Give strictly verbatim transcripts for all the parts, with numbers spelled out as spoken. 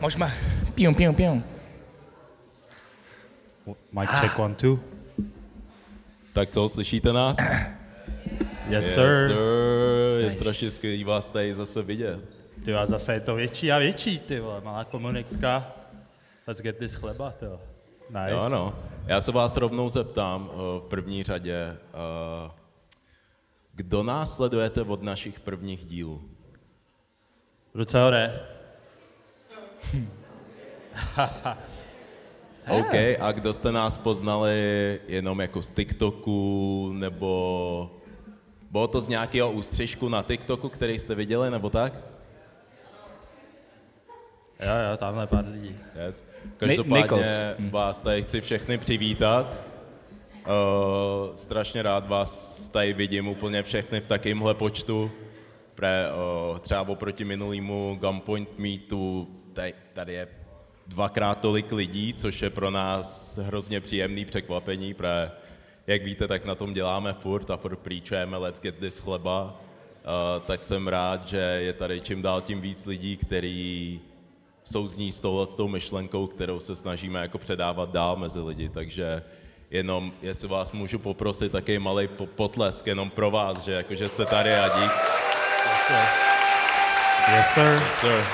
Můžeme. Pium, pium, pium. Mic check one, two. Tak co, slyšíte nás? Yes, yes sir. sir. Je nice. Strašně skvělý vás tady zase vidět. Ty a zase je to větší a větší, ty vole, malá komunika. Let's get this chleba, ty vole. Nice. Jo, no. Já se vás rovnou zeptám v první řadě, kdo nás sledujete od našich prvních dílů? Ruce hore. OK, a kdo jste nás poznali jenom jako z TikToku, nebo bylo to z nějakého ústřižku na TikToku, který jste viděli, nebo tak? Jo, jo, tamhle pár lidí. Yes. Každopádně vás tady chci všechny přivítat. Uh, strašně rád vás tady vidím úplně všechny v takýmhle počtu. Pre, uh, třeba oproti minulýmu Gunpoint Meetu tady, tady je dvakrát tolik lidí, což je pro nás hrozně příjemný překvapení, protože jak víte, tak na tom děláme furt a furt příčujeme let's get this chleba. Uh, tak jsem rád, že je tady čím dál tím víc lidí, kteří souzní s touhletou myšlenkou, kterou se snažíme jako předávat dál mezi lidi, takže jenom, jestli vás můžu poprosit, takový malý potlesk jenom pro vás, že, jako, že jste tady a dík. Yes, sir. Yes, sir. Yes, sir.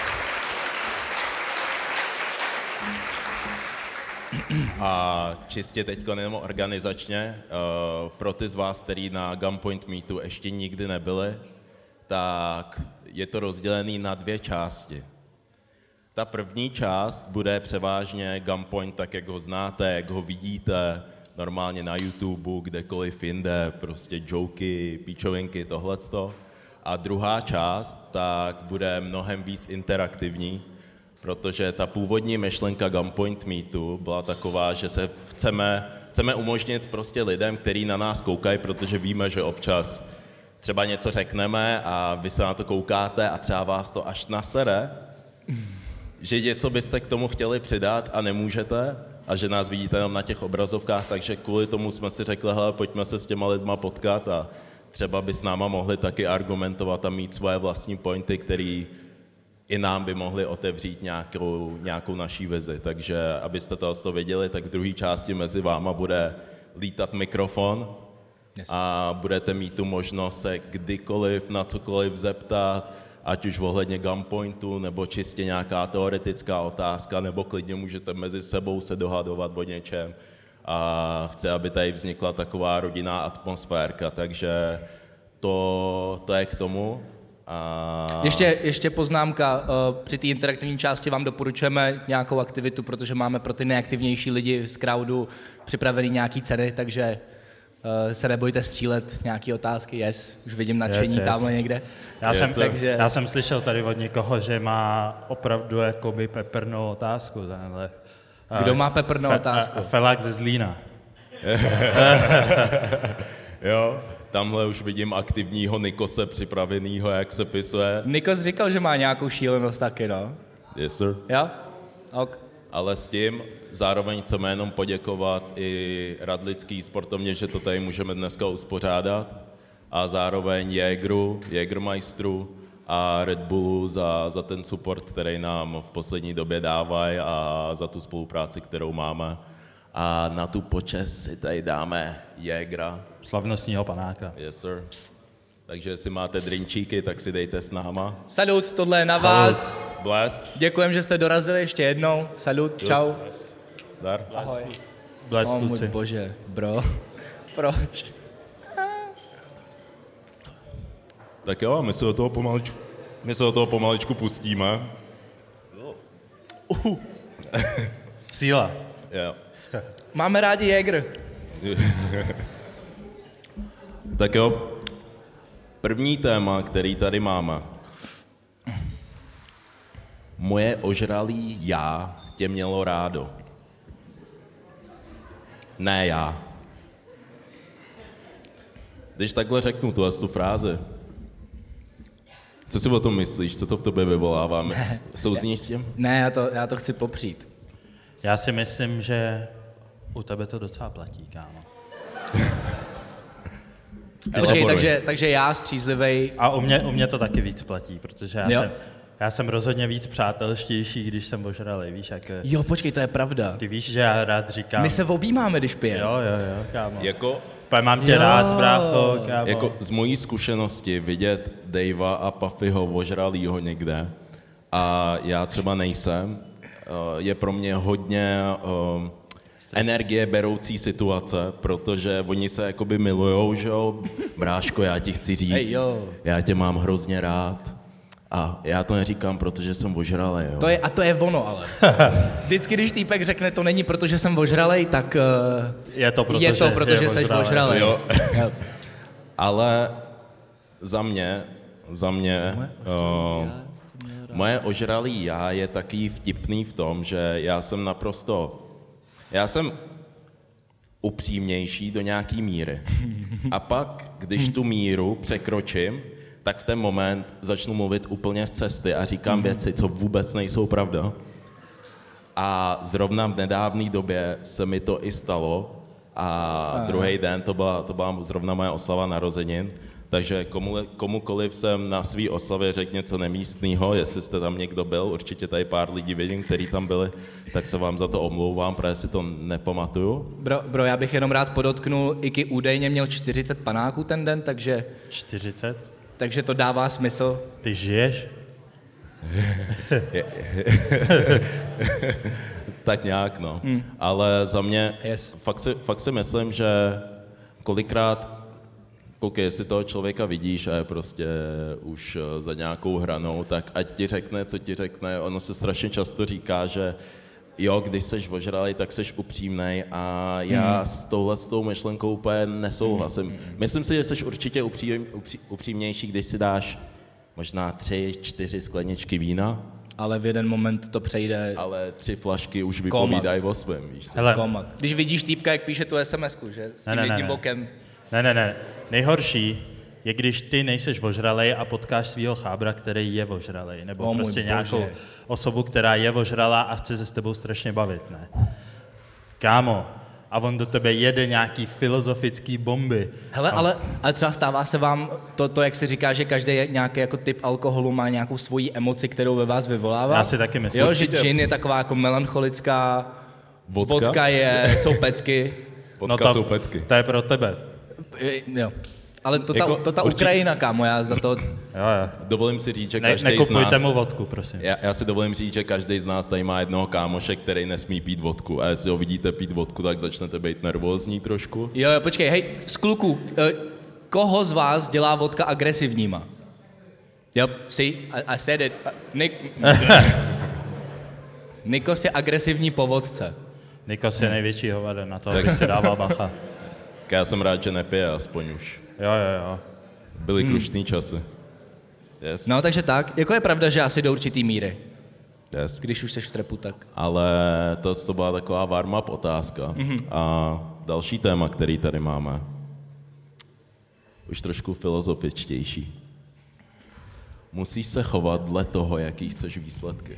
A čistě teďko jenom organizačně, uh, pro ty z vás, který na Gunpoint Meetu ještě nikdy nebyli, tak je to rozdělený na dvě části. Ta první část bude převážně Gunpoint, tak jak ho znáte, jak ho vidíte, normálně na YouTube, kdekoliv jinde, prostě joky, píčovinky, tohleto. A druhá část tak bude mnohem víc interaktivní, protože ta původní myšlenka Gunpoint Meetu byla taková, že se chceme, chceme umožnit prostě lidem, kteří na nás koukají, protože víme, že občas třeba něco řekneme a vy se na to koukáte a třeba vás to až nasere, že něco byste k tomu chtěli přidat a nemůžete a že nás vidíte jenom na těch obrazovkách, takže kvůli tomu jsme si řekli, hele, pojďme se s těma lidma potkat a třeba by s náma mohli taky argumentovat a mít svoje vlastní pointy, který i nám by mohli otevřít nějakou, nějakou naší vizi. Takže abyste to věděli, tak v druhé části mezi váma bude lítat mikrofon yes. a budete mít tu možnost se kdykoliv na cokoliv zeptat, ať už ohledně Gunpointu, nebo čistě nějaká teoretická otázka, nebo klidně můžete mezi sebou se dohadovat o něčem. A chci, aby tady vznikla taková rodinná atmosférka, takže to, to je k tomu. A... Ještě, ještě poznámka, při té interaktivní části vám doporučujeme nějakou aktivitu, protože máme pro ty nejaktivnější lidi z crowdu připravený nějaký ceny, takže se nebojte střílet nějaké otázky, yes, už vidím nadšení yes, yes. tamhle někde. Já, yes, jsem, takže... já jsem slyšel tady od někoho, že má opravdu jakoby peprnou otázku. Tenhle. Kdo má peprnou fe, otázku? Felák ze Zlína. Jo, tamhle už vidím aktivního Nikose připravenýho, jak se pisuje. Nikos říkal, že má nějakou šílenost taky, no. Yes, sir. Jo? Ok. Ale s tím zároveň chceme jenom poděkovat i Radlický sportovně, že to tady můžeme dneska uspořádat a zároveň Jägeru, Jägermeisteru a Red Bullu za, za ten support, který nám v poslední době dávají a za tu spolupráci, kterou máme. A na tu počest si tady dáme Jägera. Slavnostního panáka. Yes, sir. Takže jestli máte drinčíky, tak si dejte s náma. Salut, tohle je na vás. Bless. Děkujem, že jste dorazili ještě jednou. Salut, čau. Dar. Ahoj. Bless, oh, kluci. Můj bože, bro. Proč? Tak jo, my se do toho pomaličku, my se do toho pomaličku pustíme. Uh. Síla. Jo. Máme rádi Jäger. Tak jo, první téma, který tady máme. Moje ožralý já tě mělo rádo. Ne já. Když takhle řeknu tuhle tu frázi, co si o tom myslíš? Co to v tobě vyvolává? Souzníš s tím? Ne, já to, já to chci popřít. Já si myslím, že u tebe to docela platí, kámo. Počkej, takže, takže já, střízlivej... A u mě, u mě to taky víc platí, protože já jo. jsem, Já jsem rozhodně víc přátelštější, když jsem ožralej, víš, jak je. Jo, počkej, to je pravda. Ty víš, že já rád říkám. My se objímáme, když pijeme. Jo, jo, jo, kámo. Jako, Pak mám tě Jo. rád, brácho, kámo. jako z mojí zkušenosti vidět Davea a Puffyho ožralýho někde a já třeba nejsem, eh, je pro mě hodně eh, energie beroucí situace, protože oni se jakoby milujou, že jo, bráško, já ti chci říct, Ej, jo. já tě mám hrozně rád a já to neříkám, protože jsem ožralej, jo. To je, a to je ono, ale. Vždycky, když týpek řekne, to není proto, že jsem ožralej, tak uh, Je to proto, je to, že protože je jsi ožralej. ožralej. Jo. Jo. Ale za mě, za mě, uh, moje ožralý já je taky vtipný v tom, že já jsem naprosto, já jsem upřímnější do nějaký míry. A pak, když tu míru překročím, tak v ten moment začnu mluvit úplně z cesty a říkám věci, co vůbec nejsou pravda. A zrovna v nedávné době se mi to i stalo a druhý den to byla, to byla zrovna moje oslava narozenin, takže komu, komukoliv jsem na svý oslavě řekl něco nemístného, jestli jste tam někdo byl, určitě tady pár lidí vidím, kteří tam byli, tak se vám za to omlouvám, protože si to nepamatuju. Bro, bro, já bych jenom rád podotknul, Iky údajně měl čtyřicet panáků ten den, takže, čtyřicet? takže to dává smysl. Ty žiješ? Tak nějak, no. Hmm. Ale za mě, Yes. fakt, si, fakt si myslím, že kolikrát, koukej, jestli toho člověka vidíš a je prostě už za nějakou hranou, tak ať ti řekne, co ti řekne. Ono se strašně často říká, že jo, když seš ožralej, tak seš upřímnej a já hmm. s touhle s tou myšlenkou úplně nesouhlasím. Myslím si, že seš určitě upřím, upří, upřímnější, když si dáš možná tři, čtyři skleničky vína, Ale v jeden moment to přejde ale tři flašky už vypovídají o svém, víš co? Hele, komat. Když vidíš týpka, jak píše tu SMSku, že? S tím Ne, ne, ne, jedním ne. bokem. ne, ne, ne. Nejhorší je, když ty nejseš ožralej a potkáš svého chábra, který je ožralej. Nebo O můj prostě bože. nějakou osobu, která je ožralá a chce se s tebou strašně bavit, ne? Kámo, a on do tebe jede nějaký filozofický bomby. Hele, ale, ale třeba stává se vám to, to, jak se říká, že každý nějaký jako typ alkoholu má nějakou svoji emoci, kterou ve vás vyvolává. Já si taky myslím. Jo, že Určitě. gin je taková jako melancholická, Vodka? vodka je, jsou pecky. Vodka jsou pecky. To je pro tebe. Jo. Ale to ta, Jako to ta určitě- Ukrajina, kámo, já za to... Jo, jo. Dovolím si říct, že Ne, každý z nekupujte nás... mu vodku, prosím. Já, já si dovolím říct, že každý z nás tady má jednoho kámoše, který nesmí pít vodku. A jestli ho vidíte pít vodku, tak začnete být nervózní trošku. Jo, jo, počkej, hej, z kluků, eh, koho z vás dělá vodka agresivníma? Jo, see, I, I said it. Uh, Nik... Nikos je agresivní po vodce. Nikos je největší hovada na to, aby si dával bacha. Já jsem rád, že nepije aspoň už. Jo, jo, jo. Byly hmm. krušný časy. Yes. No, takže tak. Jako je pravda, že asi do určitý míry. Yes. Když už seš v trepu, tak. Ale to, to byla taková warm-up otázka. Mm-hmm. A další téma, který tady máme, už trošku filozofičtější. Musíš se chovat dle toho, jaký chceš výsledky.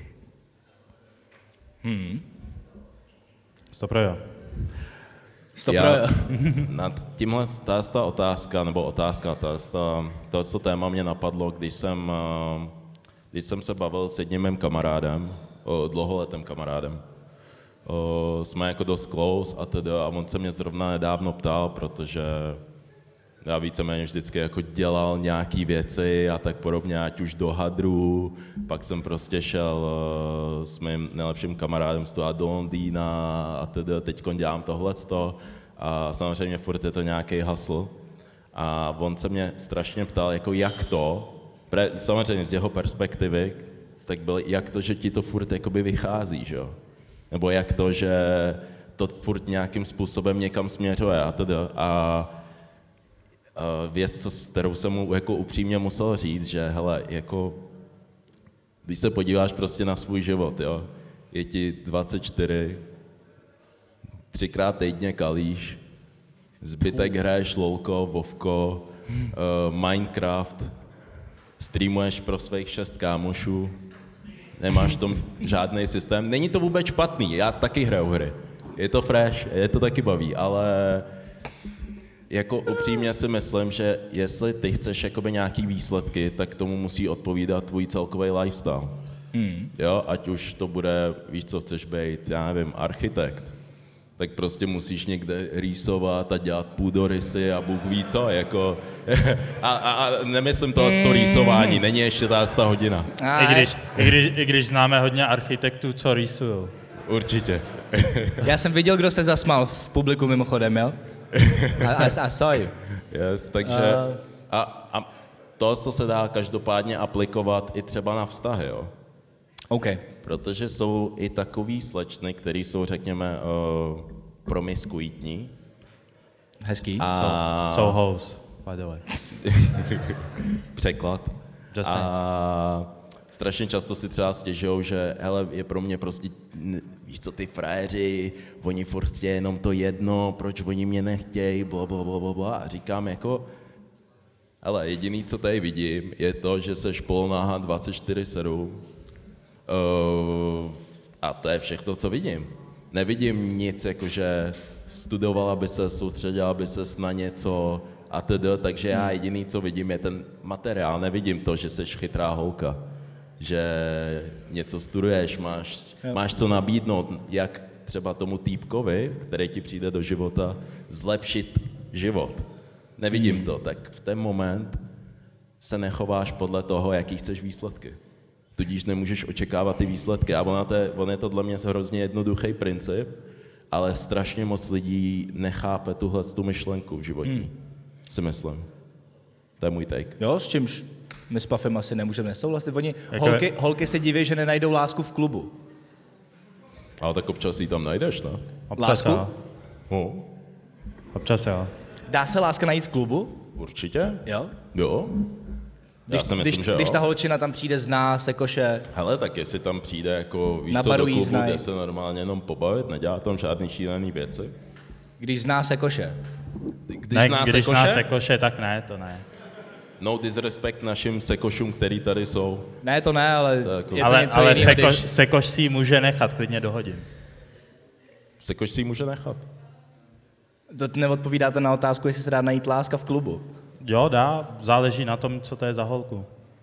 Stopro jo. Stop, Já pro... nad tímhle, ta otázka, nebo otázka, tohle téma mě napadlo, když jsem, eh, když jsem se bavil s jedním mým kamarádem, o, dlouholetým kamarádem. O, jsme jako dost close a teda, a on se mě zrovna nedávno ptal, protože já víceméně vždycky jako dělal nějaký věci a tak podobně, ať už do hadru, pak jsem prostě šel uh, s mým nejlepším kamarádem studovat do Londýna a teda teďko dělám tohleto a samozřejmě furt je to nějaký hustle. A on se mě strašně ptal, jako jak to, pre, samozřejmě z jeho perspektivy, tak byl jak to, že ti to furt jakoby vychází, že jo? Nebo jak to, že to furt nějakým způsobem někam směřuje a teda. A věc, co, s kterou jsem mu jako upřímně musel říct, že hele, jako, když se podíváš prostě na svůj život, jo, je ti dvacet čtyři, třikrát týdně kalíš, zbytek hraješ lolko, vovko, uh, Minecraft, streamuješ pro svých šest kámošů, nemáš v tom žádný systém. Není to vůbec špatný, já taky hraju hry. Je to fresh, je to taky baví, ale jako upřímně si myslím, že jestli ty chceš jakoby nějaký výsledky, tak tomu musí odpovídat tvůj celkový lifestyle. Hmm. Jo, ať už to bude, víš co, chceš být, já nevím, architekt, tak prostě musíš někde rýsovat a dělat půdorysy a Bůh ví co, jako, a, a, a nemyslím toho z toho rýsování, není ještě ta, ta hodina. I když, i, když, I když známe hodně architektů, co rýsujou. Určitě. Já jsem viděl, kdo se zasmál v publiku mimochodem, jo? A, a, a sorry. Yes, takže a, a to, co se dá každopádně aplikovat i třeba na vztahy, jo? OK. Protože jsou i takový slečny, které jsou, řekněme, uh, promiskuitní. Hezký. A... So hoes, by the way. Překlad. Just a strašně často si třeba stěžujou, že hele, je pro mě prostě, víš co, ty frajeři, oni furt chtějí jenom to jedno, proč oni mě nechtějí, bla, bla, bla, bla, bla. A říkám jako, hele, jediný, co tady vidím, je to, že seš polnáha dvacet čtyři sedm. Uh, a to je všechno, co vidím. Nevidím nic, jakože studovala by se, soustředila by se na něco a tedy, takže já jediný, co vidím, je ten materiál. Nevidím to, že jsi chytrá holka, že něco studuješ, máš, máš co nabídnout, jak třeba tomu týpkovi, který ti přijde do života, zlepšit život. Nevidím to, tak v ten moment se nechováš podle toho, jaký chceš výsledky. Tudíž nemůžeš očekávat ty výsledky. A on, te, on je to dle mě hrozně jednoduchý princip, ale strašně moc lidí nechápe tuhle tu myšlenku životní, hmm. si myslím. To je můj take. Jo, s čímž my s Pafem asi nemůžeme nesouhlasit. Oni, holky, holky se diví, že nenajdou lásku v klubu. Ale tak občas ji tam najdeš, ne? Občas Lásku? jo. No. Občas jo. Dá se láska najít v klubu? Určitě? Jo. Jo. Když, Já si myslím, když, že když jo. ta holčina tam přijde z nás, jakože... Hele, tak jestli tam přijde jako, víš Na co, baru do jí klubu, znají. jde se normálně jenom pobavit, nedělá tam žádný šílený věci. Když zná se koše. Když Ne, zná když sekoše, nás sekoše, tak ne, to ne. no disrespect našim sekošům, který tady jsou. Ne, to ne, ale To je jako- je to Ale, něco ale jiného, sekoš, když... sekoš si ji může nechat klidně do hodin. Sekoš si ji může nechat. To neodpovídáte na otázku, jestli se dá najít láska v klubu. Jo, dá, záleží na tom, co to je za holku.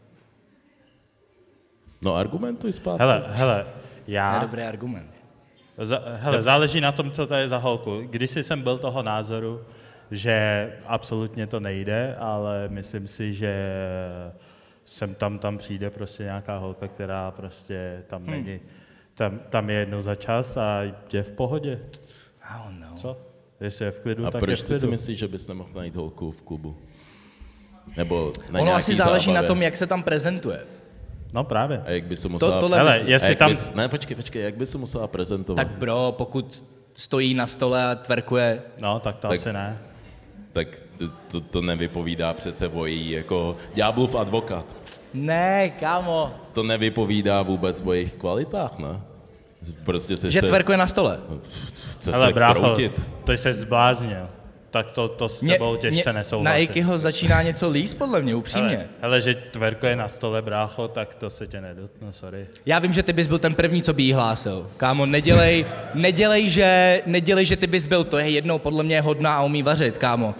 No argumentuj zpátky. Hele, hele, To já... je dobrý argument. Za, hele, záleží na tom, co to je za holku. Kdysi jsem byl toho názoru, že absolutně to nejde, ale myslím si, že sem tam tam přijde prostě nějaká holka, která prostě tam není. Hmm. Tam, tam je jednou za čas a je v pohodě. I don't know. Co? Jestli je v klidu, A tak je proč v ty klidu. si myslíš, že bys nemohl najít holku v klubu? Nebo na Ono nějaký asi záleží zábavě? na tom, jak se tam prezentuje. No právě. A jak by se musela... tohle Hele, myslím. a jestli jak tam... bys, ne, počkej, počkej, jak by se musela prezentovat? Tak bro, pokud stojí na stole a twerkuje, No, tak to Tak- asi ne. Tak to, to, to nevypovídá přece o její, jako ďáblův advokát. ne, kámo, To nevypovídá vůbec o jejich kvalitách, ne? Prostě se že chce, twerkuje na stole. chce Hele, se brácho, kroutit. to jsi se zbláznil. Tak to, to s tebou těžce na nesouhlasí. Eikyho začíná něco líst, podle mě, upřímně. Hele, hele, že tverkuje na stole, brácho, tak to se tě nedotknu, sorry. Já vím, že ty bys byl ten první, co by jí hlásil. Kámo, nedělej, nedělej, že, nedělej, že ty bys byl, to je jednou podle mě hodná a umí vařit, kámo.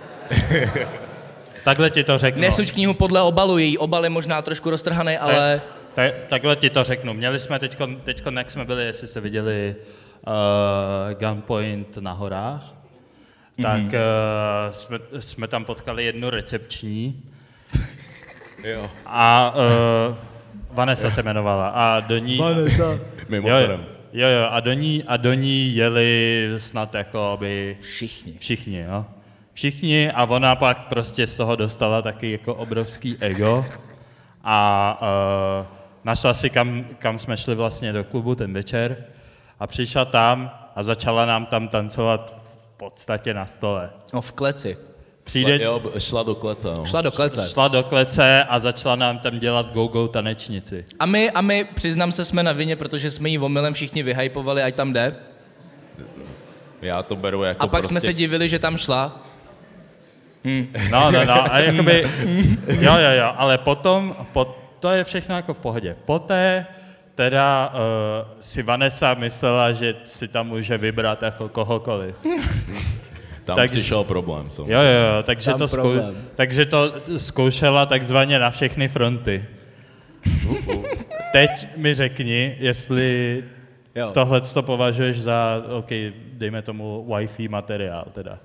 Takhle ti to řeknu. Nesuď knihu podle obalu, její obal je možná trošku roztrhaný, ale... Ta, takhle ti to řeknu. Měli jsme teďko, teďko jak jsme byli, jestli jste viděli uh, Gunpoint na horách, mm-hmm. tak uh, jsme, jsme tam potkali jednu recepční Jo. a uh, Vanessa se jmenovala a do ní... Vanessa. Jo, Mimochodem. jo, jo, a do ní, a do ní jeli snad jako aby Všichni. všichni, jo. Všichni a ona pak prostě z toho dostala taky jako obrovský ego a uh, našla si, kam, kam jsme šli vlastně do klubu ten večer a přišla tam a začala nám tam tancovat v podstatě na stole. No v kleci. Přijde, Jo, šla do klece, no. Šla do klece. šla do klece a začala nám tam dělat go-go tanečnici. A my, a my, přiznám se, jsme na vině, protože jsme jí omylem všichni vyhypovali, ať tam jde. Já to beru jako A pak prostě... jsme se divili, že tam šla. No, no, no, a jakoby, jo, jo, jo, ale potom, po, to je všechno jako v pohodě. Poté teda uh, si Vanessa myslela, že si tam může vybrat jako kohokoliv. Tam takže, přišel problém. Samozřejmě. Jo, jo, takže Tam to, zkou, takže to zkoušela takzvaně na všechny fronty. Uh-uh. Teď mi řekni, jestli tohle to považuješ za, OK, dejme tomu Wi-Fi materiál teda.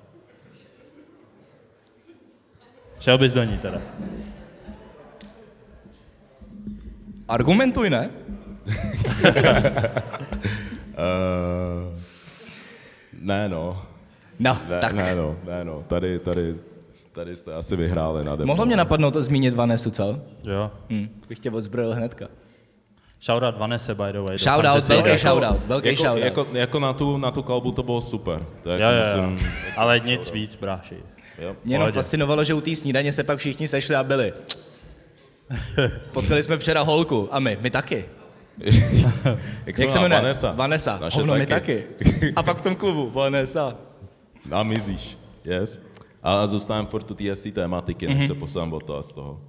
Šel bys do ní teda. Argumentuj, ne? uh, ne, no. No, ne, tak. Ne, no, ne, no. Tady, tady, tady jste asi vyhráli nade mnou. Mohlo mě napadnout to zmínit Vanesu, co? Jo. Hm, bych tě odzbrojil hnedka. Shoutout Vanessa, by the way. Shoutout, velký shoutout, velký jako, shoutout. Jako, jako na, tu, na tu kalbu to bylo super. Tak Jo, jo, musím, jo. Ale nic víc, bráši. Jo. Mě jenom fascinovalo, že u té snídaně se pak všichni sešli a byli. Potkali jsme včera holku a my, my taky. Jak, Jak se jmenuje? Vanessa. Vanessa. Naše Hovno, my taky. taky. A pak v tom klubu, Vanessa. A mizíš, yes. A zůstaneme furt u té tématiky, než mm-hmm. se posuneme od toho z toho.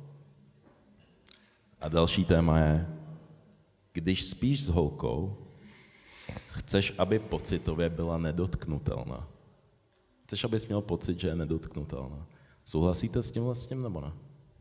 A další téma je, když spíš s holkou, chceš, aby pocitově byla nedotknutelná. Chceš, abys měl pocit, že je nedotknutelná. Souhlasíte s tímhle s tím, nebo ne?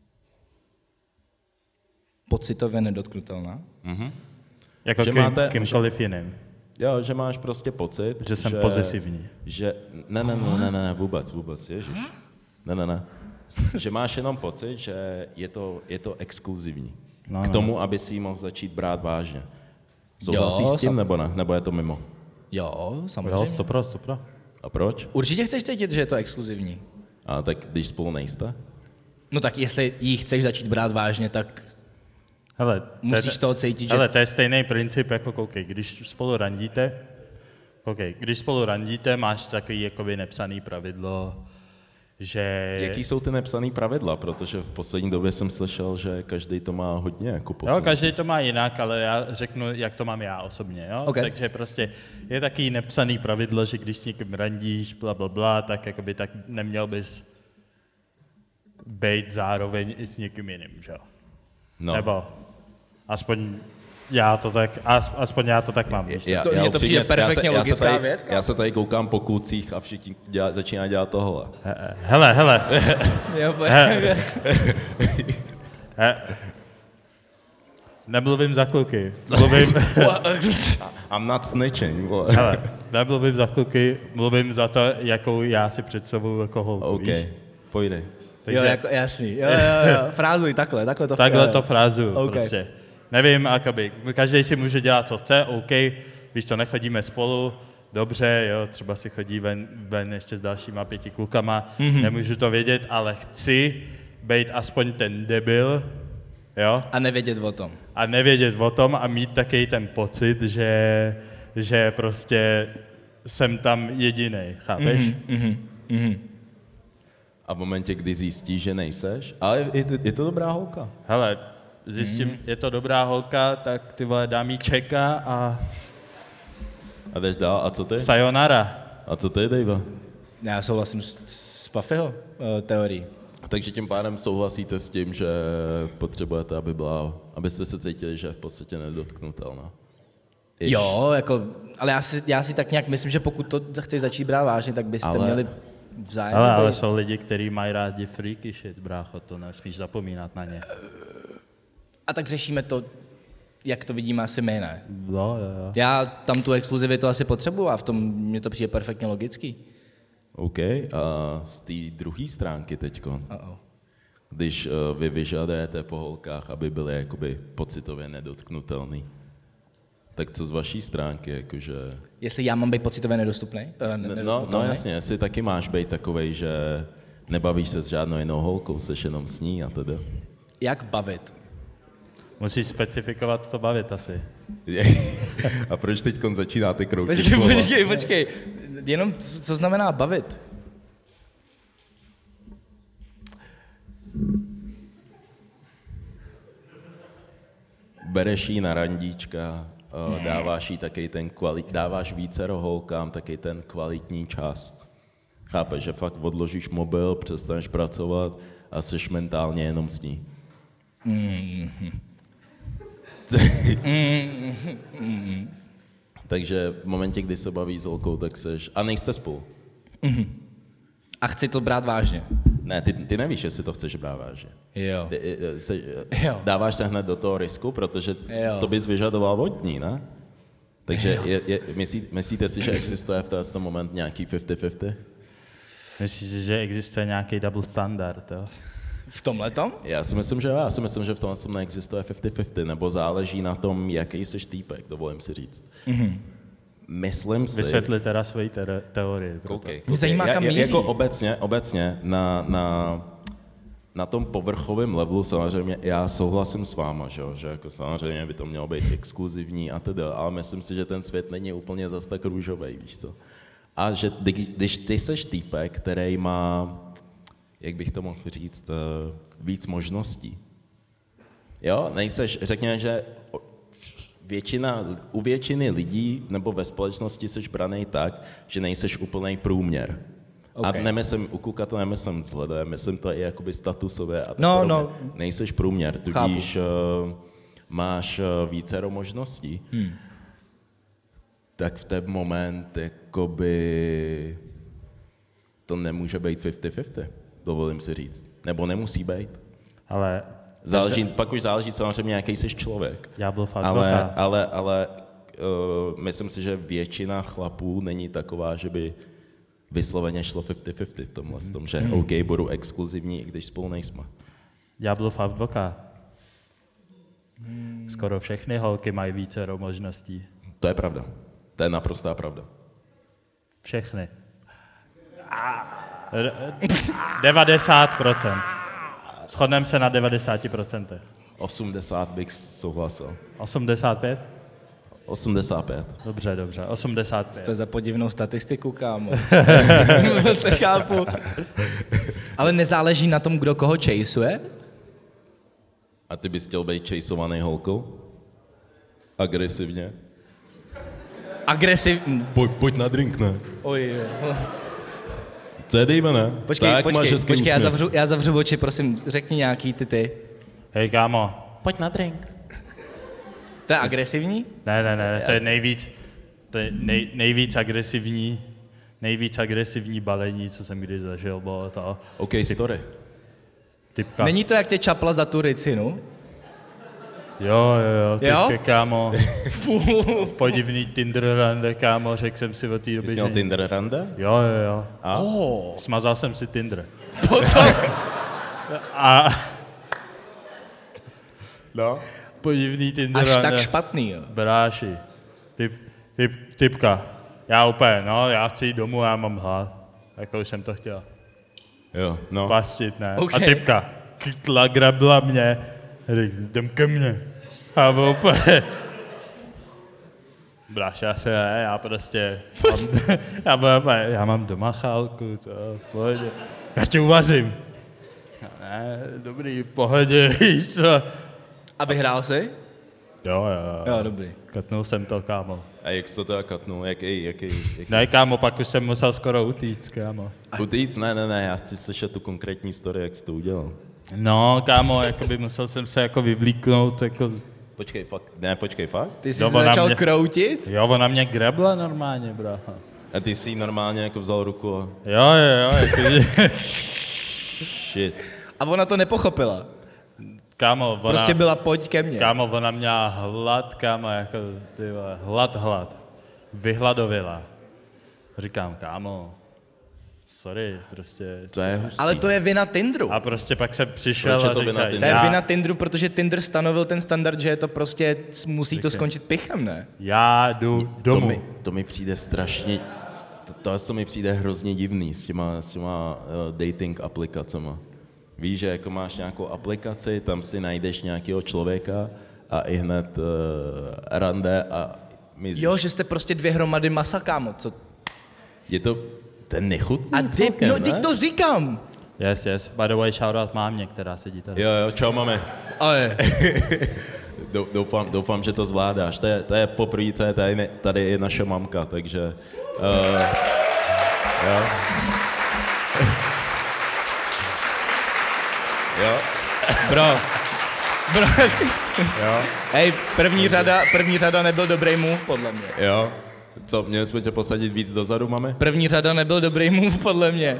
Pocitově nedotknutelná? Mhm. Jako Že kým, máte- kýmkoliv jiným. Jo, že máš prostě pocit, Že jsem posesivní. Že, ne, ne, ne, ne, ne, vůbec, vůbec, ježiš. Ne, ne, ne. Že máš jenom pocit, že je to, je to exkluzivní. No, K no. tomu, aby si ji mohl začít brát vážně. Souhlasíš Jo, s tím, sam- nebo ne? Nebo je to mimo? Jo, Jo, samozřejmě. stopro, stopro. A proč? Určitě chceš cítit, že je to exkluzivní. A tak když spolu nejste? No tak jestli jí chceš začít brát vážně, tak Hele, to musíš je, toho cítit, že... hele, to je stejný princip jako koukej, když spolu randíte, koukej, když spolu randíte, máš takový jakoby nepsaný pravidlo, že... Jaký jsou ty nepsaný pravidla? Protože v poslední době jsem slyšel, že každý to má hodně jako Jo, posunut. každý to má jinak, ale já řeknu, jak to mám já osobně, jo? Okay. Takže prostě je taky nepsaný pravidlo, že když s někým randíš, bla, bla, bla, tak jakoby tak neměl bys být zároveň i s někým jiným, že jo? No. Nebo aspoň já to tak, as, aspoň já to tak mám. víš co? Já, To- já mně to upřímně- přijde perfektně já se, logická já se tady, věc, kámo. Já se tady koukám po klucích a všichni dělá, začínají dělat tohle. He- Hele, hele, Jo, po- he, nemluvím za kluky, mluvím, I'm not snitching, vole. hele, nemluvím za kluky, mluvím za to, jakou já si představuju jako holku, OK, víš? pojde. Takže Jo, jako, jasný. Jo, jo, jo. Frázuj takhle, takhle to... takhle jo, to jo. frázuju, OK. prostě. Nevím, jakoby, každý si může dělat, co chce, OK, víš to, nechodíme spolu, dobře, jo, třeba si chodí ven, ven ještě s dalšíma pěti klukama, mm-hmm. nemůžu to vědět, ale chci být aspoň ten debil, jo, A nevědět o tom. a nevědět o tom a mít taky ten pocit, že, že prostě jsem tam jedinej, chápeš? Mhm, mhm. A v momentě, kdy zjistíš, že nejseš, ale je, to- je to dobrá holka. Hele, zjistím, mm. je to dobrá holka, tak ty vole, dám jí čeka a A jdeš dál, a co ty? sayonara. A co ty, Dave? Já souhlasím s, s Puffyho uh, teorií. Takže tím pádem souhlasíte s tím, že potřebujete, aby byla, abyste se cítili, že je v podstatě nedotknutelná. Iž. Jo, jako, ale já si, já si tak nějak myslím, že pokud to chceš začít brát vážně, tak byste Ale- měli vzájemně Ale, ale být. jsou lidi, kteří mají rádi freaky shit, brácho, to nesmíš zapomínat na ně. A tak řešíme to, jak to vidíme asi my, ne? Jo, jo, jo. Já tam tu exkluzivitu asi potřebuju a v tom mě to přijde perfektně logický. OK, a z té druhé stránky teďko, Uh-oh. když uh, vy vyžadujete po holkách, aby byly jakoby pocitově nedotknutelný, tak co z vaší stránky, jakože... Jestli já mám být pocitově nedostupný? Uh, No, no, no jasně, jestli taky máš být takovej, že nebavíš se s žádnou jinou holkou, seš jenom s ní a teda. Jak bavit? Musíš specifikovat to bavit asi. A proč teď začínáte kroutit Počkej, slova? počkej, počkej. Jenom co, co znamená bavit? Bereš jí na randíčka, uh, dáváš jí taky ten kvalit, dáváš vícero holkám taky ten kvalitní čas. Chápeš, že fakt odložíš mobil, přestaneš pracovat a seš mentálně jenom s ní. Takže v momentě, kdy se baví s holkou, tak seš... A nejste spolu. A chci to brát vážně. Ne, ty, ty nevíš, jestli to chceš brát vážně. Jo. Ty, se, Jo. dáváš se hned do toho risku, protože Jo. to bys vyžadoval od ní, ne? Takže je, je, myslí, myslíte si, že existuje v tenhle moment nějaký padesát padesát? Myslíš, že existuje nějaký double standard, jo? V tomhletom? Já si myslím, že jo. Já si myslím, že v tomhle tom neexistuje padesát padesát, nebo záleží na tom, jaký jsi týpek, dovolím si říct. Mm-hmm. Myslím si... Vysvětli teda svoji te- teorii. Koukej, koukej. Mě zajímá, kam já, míří. jako obecně, obecně na, na, na tom povrchovém levelu samozřejmě já souhlasím s váma, že, že jako samozřejmě by to mělo být exkluzivní a teda, ale myslím si, že ten svět není úplně zas tak růžovej, víš co. A že když ty seš týpek, který má, jak bych to mohl říct, víc možností. Jo, nejseš, řekněme, že většina, u většiny lidí nebo ve společnosti seš branej tak, že nejseš úplnej průměr. Okay. A nemyslím, u kluka to nemyslím vzhledem, myslím to i jakoby statusově a tak no, podobně. no. Nejseš průměr, tudíž uh, máš uh, vícero možností. Hmm. Tak v ten moment jakoby to nemůže být padesát padesát, dovolím si říct. Nebo nemusí být. Ale záleží, pak už záleží samozřejmě, jaký jsi člověk. Ale, ale, ale uh, myslím si, že většina chlapů není taková, že by vysloveně šlo padesát padesát v tomhle, tom, že hmm. OK, budu exkluzivní, i když spolu nejsme. Ďáblův advokát. Hmm. Skoro všechny holky mají vícero možností. To je pravda. To je naprostá pravda. Všechny. devadesát procent. Shodneme se na devadesát procent. osmdesát bych souhlasil. osmdesát pět? osmdesát pět. Dobře, dobře, osmdesát pět. To je za podivnou statistiku, kámo. To chápu. Ale nezáleží na tom, kdo koho chaseuje? A ty bys chtěl být chaseovaný holkou? Agresivně? Agresivní. Pojď, pojď na drink, ne? Oj, Co je dejme, ne? Počkej, tak počkej, počkej, já zavřu, já zavřu oči, prosím, řekni nějaký ty ty. Hej, kámo. Pojď na drink. To je agresivní? Ne, ne, ne, to je nejvíc, to je nej, nejvíc agresivní, nejvíc agresivní balení, co jsem kdy zažil, bylo to. OK, typ, story. Typka. Není to, jak tě čapla za tu ricinu? Jo, jo, jo, typka, jo? Kámo. Podivný Tinder rande, kámo, řekl jsem si od té doby, Jsi měl že... Tinder rande? Jo, jo, jo. A? Oh. Smazal jsem si Tinder. Potom? A... No. Podivný Tinder Až rande. tak špatný, jo. Bráši. Typ, typ, typka. Já úplně, no, já chci jít domů, já mám hlad. Jako už jsem to chtěl. Jo, no. Pastit, ne? Okay. A typka kytla, grabla mě, řík, jdem ke mně. A byl úplně... Bráš, já se ne, já prostě... Mám, já, byl, já mám doma chálku, to pohodě. Já tě uvařím. Ne, dobrý, v pohodě, víš co. A vyhrál jsi? Jo, jo, Jo, dobrý. Katnul jsem to, kámo. A jak jsi to teda katnul? Jaký, jaký, jaký? Ne, kámo, pak už jsem musel skoro utíct, kámo. Utíct? Ne, ne, ne, já chci slyšet tu konkrétní story, jak jsi to udělal. No, kámo, jakoby musel jsem se jako vyvlíknout, jako... Počkej, fakt, ne, počkej, fakt? Ty jsi Jo, se ona začal mě- kroutit? Jo, ona mě grabla normálně, brácha. A ty jsi jí normálně jako vzal ruku a... Jo, jo, jo, jakože... Shit. A ona to nepochopila. Kámo, ona... Prostě byla pojď ke mně. Kámo, ona měla hlad, kámo, jako, ty vole, hlad, hlad. Vyhladovila. Říkám, kámo, sorry, prostě... To je hustý. Ale to je vina Tinderu. A prostě pak jsem přišel Proč je a to říkal, vina Tinderu? To je já, vina Tinderu, protože Tinder stanovil ten standard, že je to prostě, musí to skončit pichem, ne? já jdu To domů. mi, to mi přijde strašně... To, to, to mi přijde hrozně divný s těma, s těma uh, dating aplikacema. Víš, že jako máš nějakou aplikaci, tam si najdeš nějakého člověka a i hned uh, rande a mizíš. Jo, že jste prostě dvě hromady masa, kámo. Co? Je to ten nechutný A dip, celkem, no, ne? teď to říkám. Yes, yes, by the way, shoutout mámě, která sedí tady. Jo, jo, čau, mami. Ale, Dou- Doufám, doufám, že to zvládáš. To je, to je poprvé, co je tady, tady je naše mamka, takže... Uh, jo. Jo. bro. Bro. Jo. Hej, první řada, první řada nebyl dobrý move, podle mě. Jo. Co, měli jsme tě posadit víc dozadu, mami? První řada nebyl dobrý move, podle mě.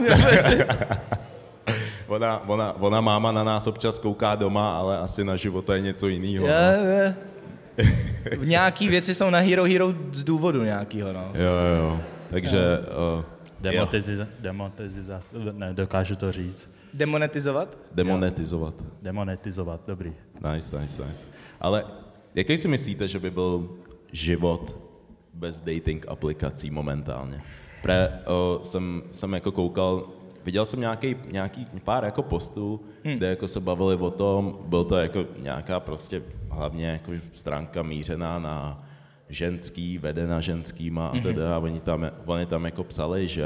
ona, ona, ona máma na nás občas kouká doma, ale asi na život je něco jiného. Je, No. je. Nějaký věci jsou na Hero Hero z důvodu nějakýho, no. Jo, jo, takže... Uh, Demonetiza- demonetizace, ne, dokážu to říct. Demonetizovat? demonetizovat. Demonetizovat, dobrý. Nice, nice, nice. Ale jaký si myslíte, že by byl život bez dating aplikací momentálně? Pre, uh, jsem, jsem jako koukal, viděl jsem nějaký, nějaký pár jako postů, hmm. kde jako se bavili o tom, byl to jako nějaká prostě hlavně jako stránka mířená na ženský, vedená ženskýma a teda, mm-hmm. oni tam, oni tam jako psali, že,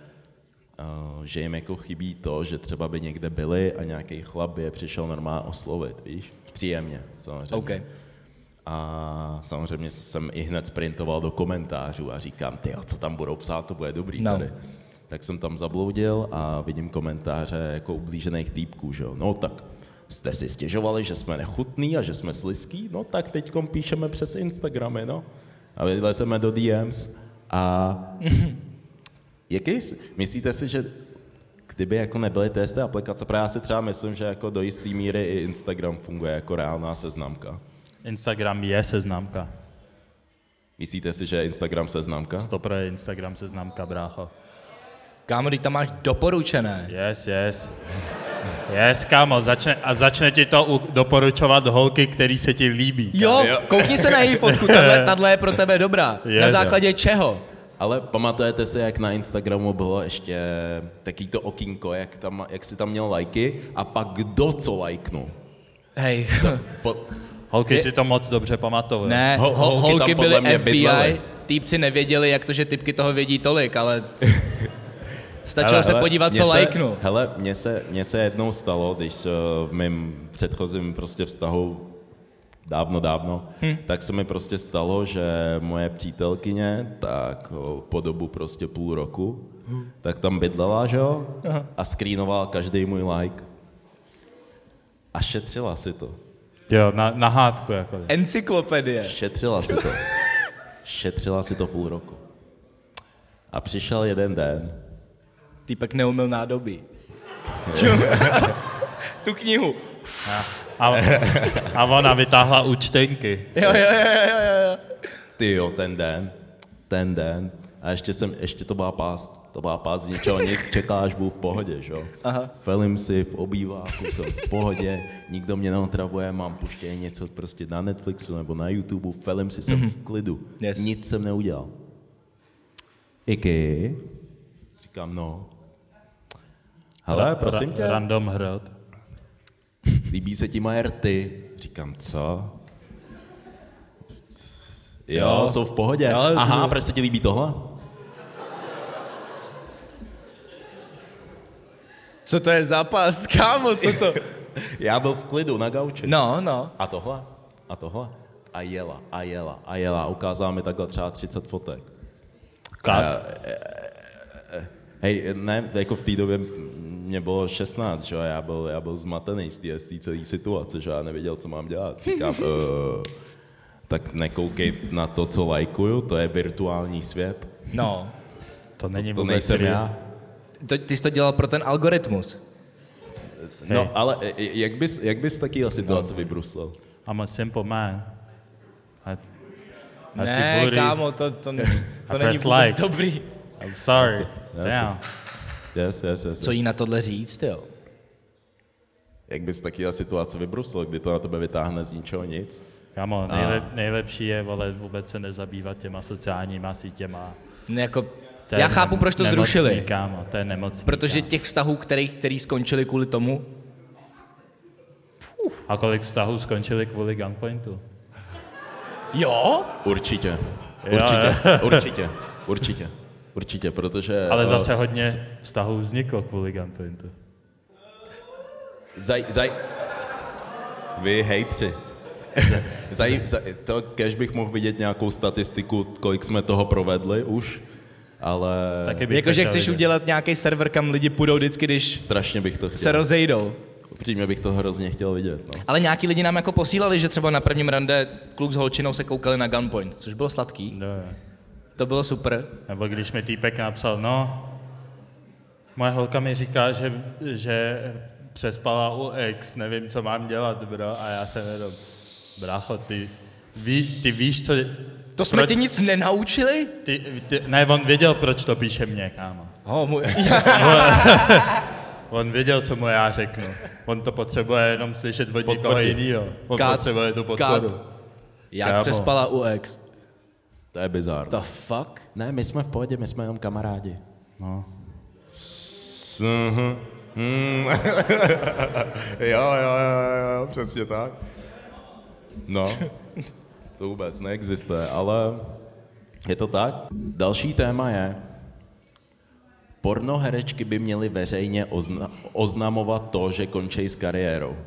uh, že jim jako chybí to, že třeba by někde byli a nějaký chlap by je přišel normálně oslovit, víš? Příjemně, samozřejmě. Okay. A samozřejmě jsem i hned sprintoval do komentářů a říkám, tyjo, co tam budou psát, to bude dobrý no. tady. Tak jsem tam zabloudil a vidím komentáře jako ublížených týpků, že jo. No tak jste si stěžovali, že jsme nechutný a že jsme slizký, no tak teďkom píšeme přes Instagramy, no. A vylezeme do D Ms a jaký, myslíte si, že kdyby jako nebyly ty aplikace, protože já si třeba myslím, že jako do jistý míry i Instagram funguje jako reálná seznamka. Instagram je seznamka. Myslíte si, že je Instagram seznamka? Stopro je Instagram seznamka, brácho. Kámo, teď tam máš doporučené. Yes, yes. Yes, kámo, začne, a začne ti to u, doporučovat holky, který se ti líbí. Jo, Jo. koukni se na její fotku, tahle, tahle je pro tebe dobrá. Je, na základě čeho? Ale pamatujete si, jak na Instagramu bylo ještě taký to okýnko, jak, tam, jak si tam měl lajky a pak kdo co lajknul. Hej. Po, Holky Je- si to moc dobře pamatovaly. Ne, Ho- ho, holky holky tam podle byly mě F B I, bydlely. týpci nevěděli, jak to, že typky toho vědí tolik, ale stačilo se hele, podívat, mně co se- lajknu. Hele, mně se, mně se jednou stalo, když uh, v mém předchozím prostě vztahu dávno, dávno, hm. tak se mi prostě stalo, že moje přítelkyně, tak o, po dobu prostě půl roku, hm. tak tam bydlela, že jo, Aha. a screenovala každý můj like. A šetřila si to. Jo, na, na hádku jako. Encyklopedie. Šetřila si to. Šetřila si to půl roku. A přišel jeden den. Týpek neumil nádobí. Tu knihu. A, a ona vytáhla účtenky. Jo, jo, jo, jo, jo. Ty jo, ten den. Ten den. A ještě, jsem, ještě to byla pást. To byla pást z ničeho nic, čeká, až budu v pohodě, že jo. Felím si v obýváku, jsem v pohodě, nikdo mě neotravuje, mám puštění něco prostě na Netflixu nebo na YouTube, felím si, jsem mm-hmm. v klidu. Yes. Nic jsem neudělal. Iky? Říkám, no. Hele, prosím tě, Random hrot. líbí se ti moje rty? Říkám, co? Jo, Jo. jsou v pohodě. Jo, Aha, jsou- proč se ti líbí tohle? Co to je za past, kámo, co to? Já byl v klidu na gauči. No, no. A tohle? A tohle? A jela, a jela, a jela. A ukázala mi takhle třeba třicet fotek. Kat. Hej, ne, jako v té době mě bylo šestnáct, že jo, já byl, já byl zmatený z té z té celé situace, že já nevěděl, co mám dělat. Říkám, uh, tak nekoukej na to, co lajkuju, to je virtuální svět. No. To není To vůbec nejsem real. já. To, ty jsi to dělal pro ten algoritmus. No, Hej. ale e, e, jak bys, jak bys takovýhle situace vybruslil? I'm a simple man. I, I see Ne, booty. kámo, to, to, to není press vůbec like. dobrý. I'm sorry. Asi, asi. Damn. Yes, yes, yes, Co yes. jí na tohle říct, jo? Jak bys takovýhle situace vybruslil, kdy to na tebe vytáhne z ničeho nic? Kámo, nejlep, nejlepší je, vole, vůbec se nezabývat těma sociálníma sítěma. Ne, jako, To je já chápu, nem- proč to nemocný, zrušili. Kámo, to je nemocný. Protože kámo. těch vztahů, který, který skončili kvůli tomu, A kolik vztahů skončili kvůli gunpointu? jo? Určitě. Jo, Určitě. Určitě. Určitě. Určitě, protože... Ale eh, zase hodně vztahů vzniklo kvůli gunpointu. Zaj, zaj... Vy hejtři. zaj, zaj, to, kež bych mohl vidět nějakou statistiku, kolik jsme toho provedli už, ale Taky bych Jakože to chceš chtěl udělat nějaký server, kam lidi půjdou vždycky, když strašně bych to se chtěl. rozejdou. Upřímně bych to hrozně chtěl vidět. No. Ale nějaký lidi nám jako posílali, že třeba na prvním rande kluk s holčinou se koukali na Gunpoint, což bylo sladký. vidět. No, jo. To bylo super. Nebo když mi týpek napsal, no, moje holka mi říká, že, že přespala u ex, nevím, co mám dělat, bro, a já jsem jenom, brácho, ty, ví, ty víš, co... To jsme proč, ti nic nenaučili? Ty, ty, ne, on věděl, proč to píše mně, kámo. Oh, můj... On věděl, co mu já řeknu. On to potřebuje jenom slyšet od někoho jinýho. On kat, potřebuje tu podporu. Kat. Jak kámo. Přespala u ex? To je bizár. The fuck? Ne, my jsme v pohodě, my jsme jenom kamarádi. No. Mm-hmm. Mm. jo, jo, jo, jo, přesně tak. No, to vůbec neexistuje, ale je to tak. Další téma je, pornoherečky by měly veřejně ozna- oznamovat to, že končí s kariérou.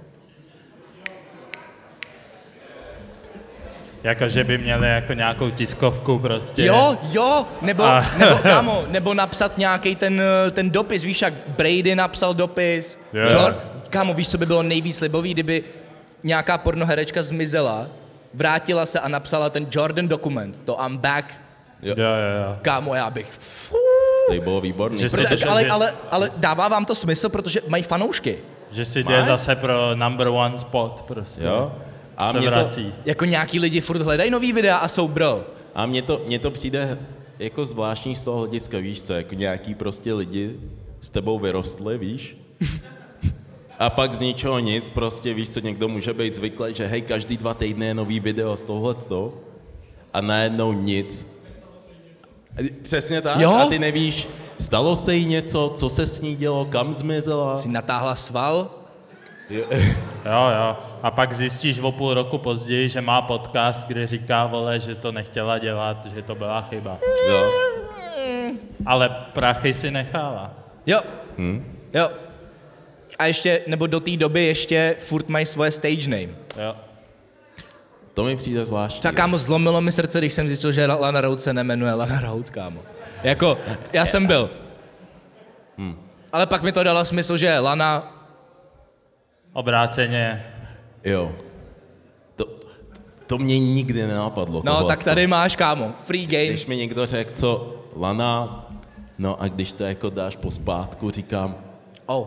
Jako, že by měli jako nějakou tiskovku prostě. Jo, jo, nebo, a... nebo, kámo, nebo napsat nějaký ten, ten dopis, víš, jak Brady napsal dopis. Jo. Kámo, víš, co by bylo nejvíc libový, kdyby nějaká pornoherečka zmizela, vrátila se a napsala ten Jordan dokument, to I'm back. Jo, jo, jo. Kámo, já bych... To bylo výborný. Proto, ale, ale, ale dává vám to smysl, protože mají fanoušky. Že si jde zase pro number one spot prostě. Jo. A se mě vrací. To, jako nějaký lidi furt hledají nový videa a jsou bro. A mně to, mně to přijde jako zvláštní z toho hlediska, víš co, jako nějaký prostě lidi s tebou vyrostli, víš? A pak z ničeho nic, prostě víš co, někdo může být zvyklý, že hej, každý dva týdny je nový video z tohleto a najednou nic. Přesně tak, jo? A ty nevíš, stalo se jí něco, co se s ní dělo, kam zmizela? Jsi natáhla sval? Jo, jo. A pak zjistíš o půl roku později, že má podcast, kde říká, vole, že to nechtěla dělat, že to byla chyba. Jo. Ale prachy si nechala. Jo. Hm? Jo. A ještě, nebo do té doby ještě furt mají svoje stage name. Jo. To mi přijde zvláštní. Tak kámo, zlomilo mi srdce, když jsem zjistil, že Lana Rhoades se nemenuje Lana Rhoades, kámo. Jako, já jsem byl. Hm. Ale pak mi to dalo smysl, že Lana... Obráceně. Jo. To, to mě nikdy nenapadlo. No, tak tady máš, kámo. Free game. Když mi někdo řekl, co Lana, no a když to jako dáš pospátku, říkám, oh.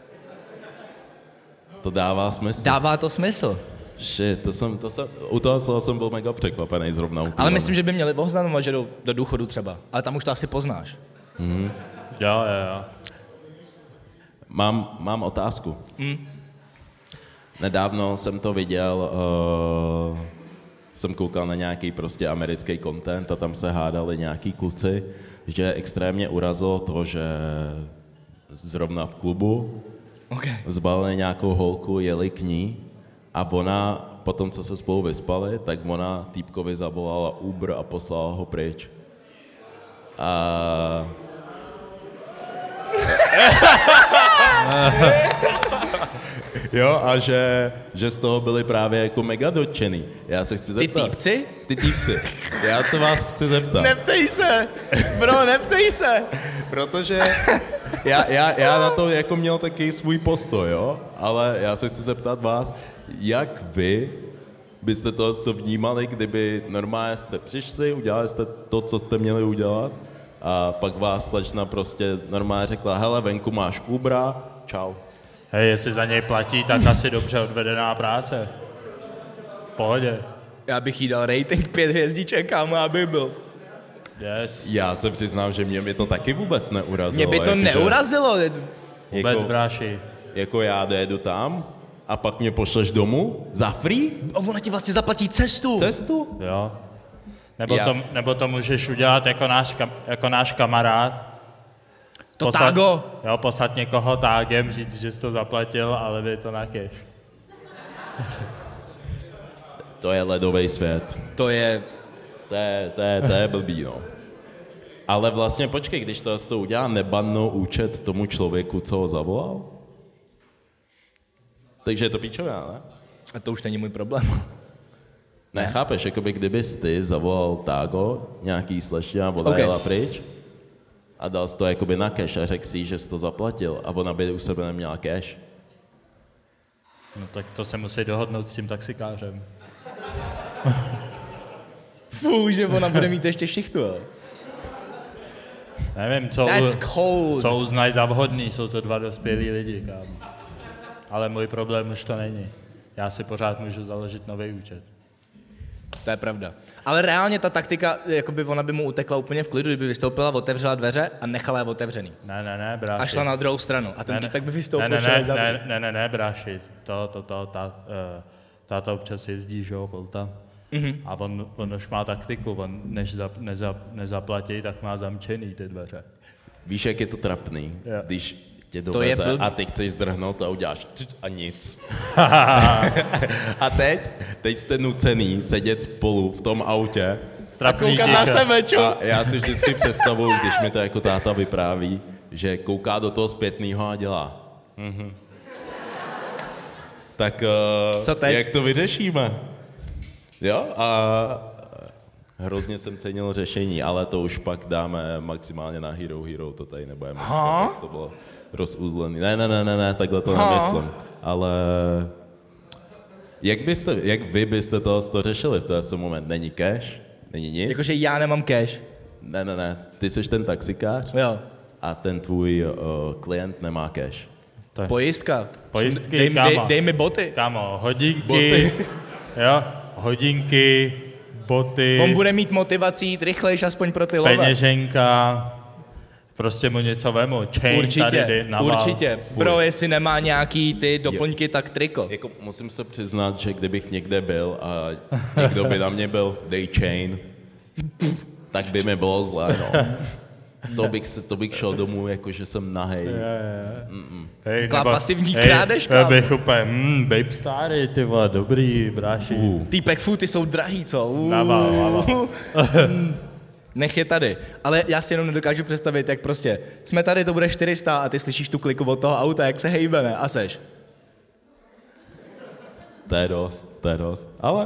To dává smysl. Dává to smysl. Shit, to jsem, to jsem, u toho slova jsem byl mega překvapený zrovna. U Ale myslím, že by měli oznamovat, že jdou do důchodu třeba. Ale tam už to asi poznáš. Mm. Jo, jo, jo. Mám, mám otázku. Mm. Nedávno jsem to viděl, uh, jsem koukal na nějaký prostě americký content a tam se hádali nějaký kluci, že extrémně urazilo to, že zrovna v klubu okay. zbalili nějakou holku, jeli k ní a ona, potom co se spolu vyspali, tak ona týpkovi zavolala Uber a poslala ho pryč. A... Jo, a že, že z toho byli právě jako mega dotčený. Já se chci zeptat. Ty týpci? Ty týpci. Já se vás chci zeptat. Neptej se, bro, neptej se. Protože já, já, já na to jako měl taky svůj postoj, jo? Ale já se chci zeptat vás, jak vy byste to vnímali, kdyby normálně jste přišli, udělali jste to, co jste měli udělat a pak vás slečna prostě normálně řekla, hele, venku máš Ubera, čau. Hej, jestli za něj platí, tak asi dobře odvedená práce. V pohodě. Já bych jí dal rating pět hvězdiček, kámo, aby byl. Yes. Já se přiznám, že mě by to taky vůbec neurazilo. Mě by to jako, neurazilo. Vůbec, jako, bráši. Jako já dojedu tam a pak mě pošleš domů za free? O, ona ti vlastně zaplatí cestu. Cestu? Jo. Nebo, Já. to, nebo to můžeš udělat jako náš, kam, jako náš kamarád. To poslat, tágo. Jo, poslat někoho tágem, říct, že jsi to zaplatil, ale by to na cash. To je ledový svět. To je... To je, to je, to je blbý, no. Ale vlastně počkej, když to, to udělá, nebannou účet tomu člověku, co ho zavolal? Takže je to píčová, ne? A to už není můj problém. Ne, chápeš, jakoby kdybys ty zavolal tágo, nějaký slečně a ona Okay. jela pryč a dal jsi to jakoby na cash a řekl si, že jsi to zaplatil a ona by u sebe neměla cash. No tak to se musí dohodnout s tím taxikářem. Fů, že ona bude mít ještě šichtu, jo. Nevím, co, That's u, cold. co uznají za vhodný, jsou to dva dospělí lidi, kámo. Ale můj problém už to není. Já si pořád můžu založit nový účet. To je pravda. Ale reálně ta taktika, jakoby ona by mu utekla úplně v klidu, kdyby vystoupila, otevřela dveře a nechala je otevřený. Ne, ne, ne, bráši. A šla na druhou stranu. A ten ne, ne, týpek by vystoupil, ne, ne, šel ne, zavřít. ne, ne, ne, ne, bráši. To, to, to, ta, uh, táta občas jezdí, že jo, Bolta. Mm-hmm. A on, on už má taktiku, on než za, neza, nezaplatí, tak má zamčený ty dveře. Víš, jak je to trapný, Jo. když tě To doveze je blb- a ty chceš zdrhnout a uděláš a nic. A teď, teď jste nucený sedět spolu v tom autě Trapný koukat na ticho. sebe, čo? a já si vždycky představuju, když mi to jako táta vypráví, že kouká do toho zpětného a dělá. Mhm. Tak uh, Co teď? jak to vyřešíme? Jo, a hrozně jsem cenil řešení, ale to už pak dáme maximálně na Hero Hero, to tady nebudeme říkat, jak to bylo rozuzlený. Ne, ne, ne, ne, ne, takhle to Ha? nemyslím, ale jak byste, jak vy byste to, to řešili v ten moment? Není cash? Není nic? Jakože já nemám cash. Ne, ne, ne, ty jsi ten taxikář Jo. a ten tvůj uh, klient nemá cash. To je- Pojistka. Pojistky, dej, dej, kámo. dej mi boty. Kámo, hodinky, Boty. jo, hodinky, boty, On bude mít motivaci jít rychlejš aspoň pro ty love. peněženka, prostě mu něco vemu, chain tady Určitě, jde na val. určitě. Bro, jestli nemá nějaký ty doplňky, tak triko. Jako musím se přiznat, že kdybych někde byl a někdo by na mě byl day chain, tak by mi bylo zlé, no. To bych, se, to bych šel domů, jako že jsem nahej. Hej, Taková pasivní hej, krádež, já kámo. bych úplně, mm, babe starý, ty vole, dobrý, bráši. Uh. Týpek, fů, ty jsou drahý, co? Uh. Dával, dával. Nech je tady. Ale já si jenom nedokážu představit, jak prostě jsme tady, to bude čtyři sta a ty slyšíš tu kliku od toho auta, jak se hejbe, ne? A seš. To je dost, to je dost. Ale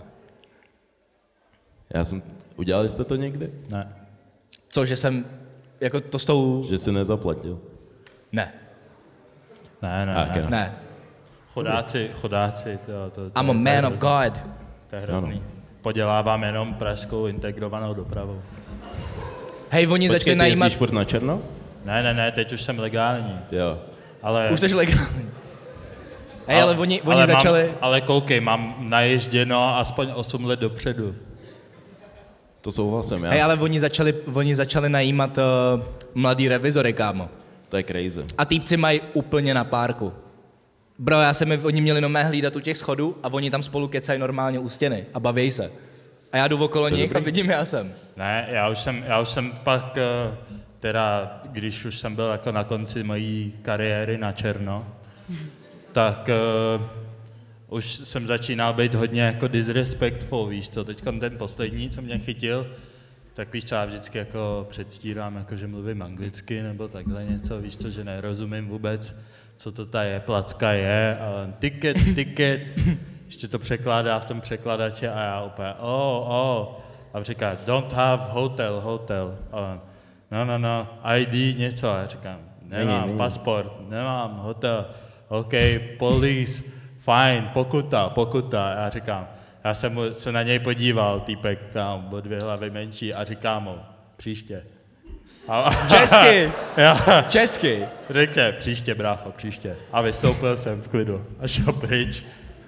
já jsem, udělali jste to někdy? Ne. Co, že jsem, jako to s tou... Že jsi nezaplatil? Ne, Ne, ne, Ah, okay. ne. ne. Chodáci, chodáci, to, to, to, I'm a to je man of hrozný. God. To je hrozný. Podělávám jenom pražskou integrovanou dopravu. Hej, oni začali Počkej, ty najímat... jezdíš furt na černo? Ne, ne, ne, teď už jsem legální. Jo. Ale, Už jsi legální. Hej, ale oni, oni ale začali... Mám, ale koukej, mám naježděno aspoň osm let dopředu. To souhlasím, já. Hej, ale oni začali, oni začali najímat uh, mladý revizory, kámo. To je crazy. A týpci mají úplně na párku. Bro, já jsem, oni měli nomé hlídat u těch schodů a oni tam spolu kecají normálně u stěny a baví se. A já jdu okolo nich dobrý. a vidím, já jsem. Ne, já už jsem, já už jsem pak, eh, teda, když už jsem byl jako na konci mojí kariéry na černo, tak uh, už jsem začínal být hodně jako disrespectful, víš to. Teď ten poslední, co mě chytil, tak víš, co já vždycky jako předstírám, jako že mluvím anglicky nebo takhle něco, víš co, že nerozumím vůbec, co to ta je, placka je, a ticket, ticket, ještě to překládá v tom překladači a já úplně, oh, oh, a říká, don't have hotel, hotel, a no, no, no, I D něco, a já říkám, nemám Není, není. pasport, nemám hotel, OK, police, fine, pokuta, pokuta, já říkám, já jsem mu, se na něj podíval, týpek tam, o dvě hlavy menší a říkám mu, příště. A, Česky! já, Česky! řekně, příště, brácho, příště. A vystoupil jsem v klidu a šel pryč.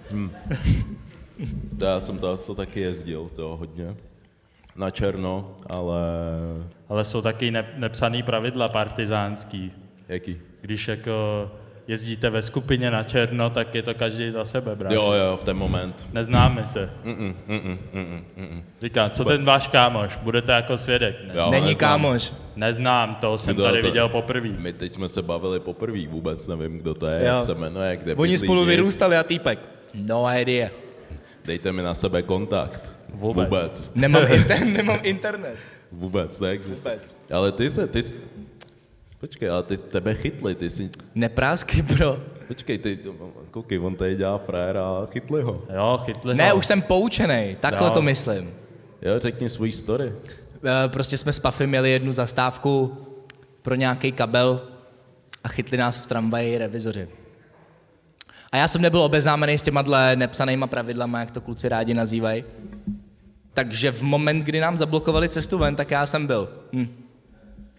To já jsem to asi taky jezdil, to hodně. Na černo, ale... Ale jsou taky ne, nepsaný pravidla partizánský. Jaký? Když jako jezdíte ve skupině na černo, tak je to každý za sebe, brácho. Jo, jo, v ten moment. Neznáme se. Mm-mm, mm-mm, mm-mm, mm-mm. Říkám, co Vůbec. ten váš kámoš? Budete jako svědek? Ne? Jo, Není neznám. kámoš. Neznám, to jsem Kdo tady to- viděl poprvé. My teď jsme se bavili poprvé, vůbec nevím, kdo to je, Jo. jak se jmenuje, kde Oni bydlí, spolu nic. vyrůstali a týpek. No idea. Dejte mi na sebe kontakt. Vůbec. Vůbec. Nemám, inter- nemám internet. Vůbec neexistuje. Vůbec. Ale ty se, ty jsi... Počkej, ale ty tebe chytli, ty si... Neprásky, bro. Počkej, ty, koukej, on tady dělá fréra a chytli ho. Jo, chytli Ne, ho. už jsem poučenej, takhle No. to myslím. Jo, řekni svůj story. Eh, Prostě jsme s Pafy měli jednu zastávku pro nějaký kabel a chytli nás v tramvaji revizoři. A já jsem nebyl obeznámený s těma dle nepsanýma pravidlama, jak to kluci rádi nazývají. Takže v moment, kdy nám zablokovali cestu ven, tak já jsem byl. Hm.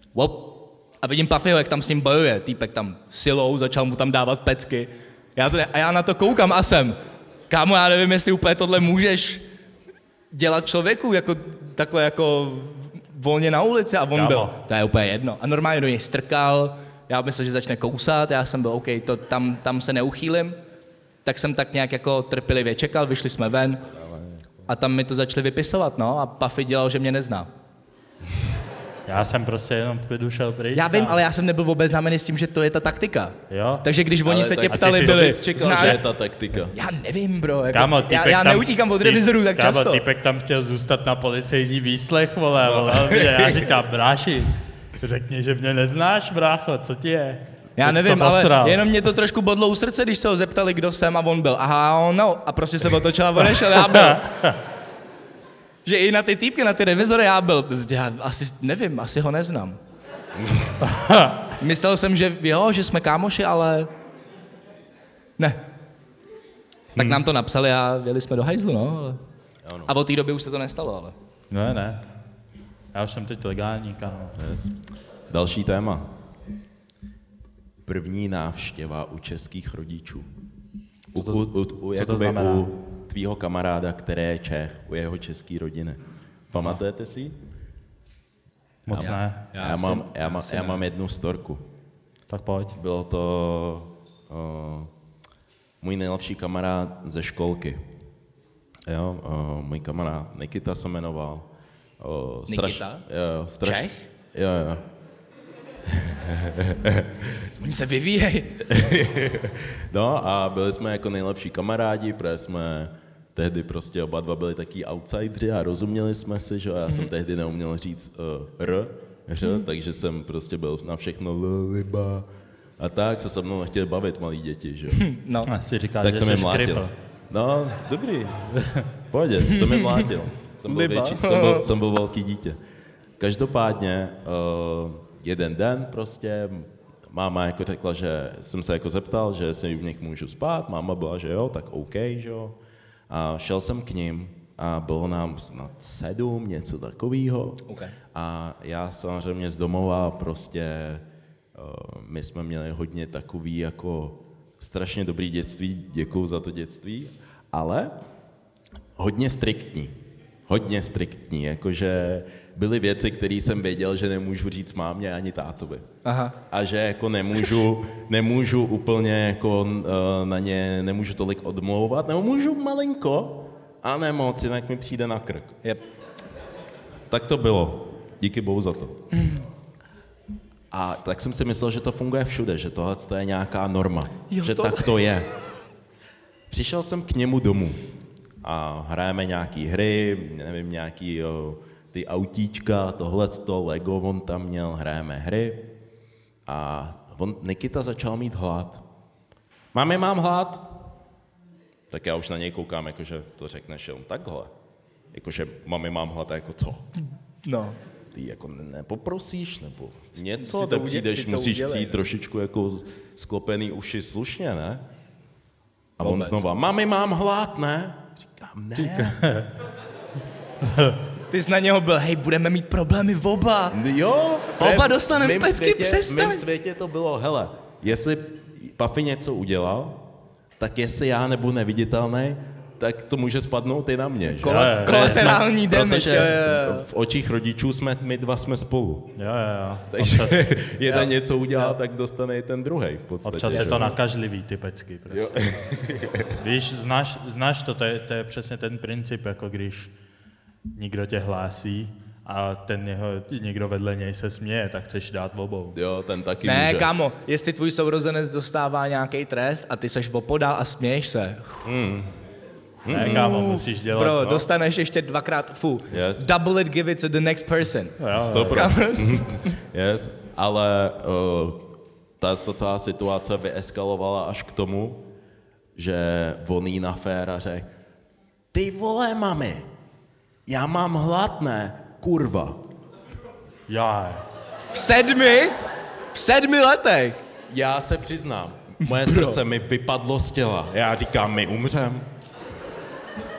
Wop. A vidím Puffyho, jak tam s ním bojuje. Týpek tam silou, začal mu tam dávat pecky. Já to, a já na to koukám a jsem. Kámo, já nevím, jestli úplně tohle můžeš dělat člověku, jako takhle jako volně na ulici. A on Kámo. byl, to je úplně jedno. A normálně do něj strkal, já myslel, že začne kousat, já jsem byl, OK, to, tam, tam se neuchýlim. Tak jsem tak nějak jako trpělivě čekal, vyšli jsme ven a tam mi to začali vypisovat, no, a Puffy dělal, že mě nezná. Já jsem prostě jenom v klidu šel pryč. Já vím, a- ale já jsem nebyl obeznámený s tím, že to je ta taktika. Jo? Takže když oni Ale se tak- tě a ty ptali, jsi- byli, Jsi čekal, zná- že je ta taktika. já nevím, bro, jako, Kámo, já, týpek já tam, neutíkám od ty- revizorů tak kámo, často. týpek tam chtěl zůstat na policejní výslech, vole, vole. Já říkám, bráši, řekni, že mě neznáš, brácho, co ti je? Já Teď nevím, to ale posral. jenom mě to trošku bodlo u srdce, když se ho zeptali, kdo jsem a on byl, aha, on no, a prostě se otočil a odešel, já byl. Že i na ty týpky, na ty revizory já byl, já asi nevím, asi ho neznám. Myslel jsem, že jo, že jsme kámoši, ale ne. Tak nám to napsali a jeli jsme do hajzlu, no. Ale... A od té doby už se to nestalo, ale. Ne, ne. Já už jsem teď legální, kámo. Yes. Další téma. První návštěva u českých rodičů. U, to- u, u, u, co to jakoby znamená? u tvýho kamaráda, který je Čech, u jeho české rodiny. Pamatujete si? Moc ne. Já, já, mám, já, má, já mám jednu storku. Tak pojď. Bylo to uh, můj nejlepší kamarád ze školky. Jo, uh, můj kamarád Nikita se jmenoval. Uh, Nikita? Jo, straš, Čech? Jo, jo. Oni se vyvíjejí. No a byli jsme jako nejlepší kamarádi, protože jsme tehdy prostě oba dva byli taky outsideri a rozuměli jsme si, že jo, já jsem tehdy neuměl říct uh, r, ř, takže jsem prostě byl na všechno l, liba a tak se se mnou nechtěli bavit malí děti, že jo. No. Asi říkáš, Tak že jsem je jsi mlátil. kripl. No, dobrý. Pohodě, jsem je mlátil. Jsem byl, Liba. větší, jsem byl, jsem byl velký dítě. Každopádně uh, jeden den prostě máma jako řekla, že jsem se jako zeptal, že si v nich můžu spát, máma byla, že jo, tak OK, že jo. A šel jsem k ním a bylo nám snad sedm, něco takového. Okay. A já samozřejmě z domova prostě, uh, my jsme měli hodně takový jako strašně dobrý dětství, děkuju za to dětství, ale hodně striktní. Hodně striktní, jakože byly věci, které jsem věděl, že nemůžu říct mámě ani tátovi. Aha. A že jako nemůžu, nemůžu úplně jako uh, na ně, nemůžu tolik odmlouvat, nebo můžu malinko, a ne moc, jinak mi přijde na krk. Yep. Tak to bylo. Díky bohu za to. A tak jsem si myslel, že to funguje všude, že tohle je nějaká norma, Jo, že to- tak to je. Přišel jsem k němu domů a hrajeme nějaký hry, nevím, nějaký jo, ty autíčka, tohleto, Lego on tam měl, hrajeme hry a on, Nikita začal mít hlad. Mami, mám hlad? Tak já už na něj koukám, jakože to řekneš jenom takhle. Jakože mami, mám hlad, a jako co? No. Ty jako nepoprosíš, nebo něco, si to to udě- přijdeš, si to musíš udělej. přijít trošičku jako sklopený uši slušně, ne? A on Vůbec. znova, mami, mám hlad, ne? Říkám, ne. Ty jsi na něho byl, hej, budeme mít problémy v oba. Jo, Oba v dostaneme mém pecky, světě- přestaň. V mém světě to bylo, hele, jestli Puffy něco udělal, tak jestli já nebudu neviditelný, tak to může spadnout i na mě. Že? Kole- Jo, jo. kolaterální damage, Protože jo, jo, jo. v, v očích rodičů jsme my dva jsme spolu. Jo, jo, jo. Takže Občas, jeden něco udělá, tak dostane i ten druhý v podstatě. občas je že? to nakažlivý, ty pecky, prostě. Víš, znáš, znáš to, to je, to je přesně ten princip, jako když někdo tě hlásí a ten jeho, někdo vedle něj se směje, tak chceš dát obou. Jo, ten taky Ne, může. kámo, jestli tvůj sourozenec dostává nějaký trest a ty seš opodál a směješ se, Ne, kámo, musíš dělat. bro, no. dostaneš ještě dvakrát, fu, Yes. double it, give it to the next person. Jo, Sto jo. pro. Yes, ale uh, ta celá situace vyeskalovala až k tomu, že voný na féra řekl, ty vole, mami, já mám hlad, ne? Kurva. Já. V sedmi, v sedmi letech. Já se přiznám, moje srdce mi vypadlo z těla. Já říkám, my umřem.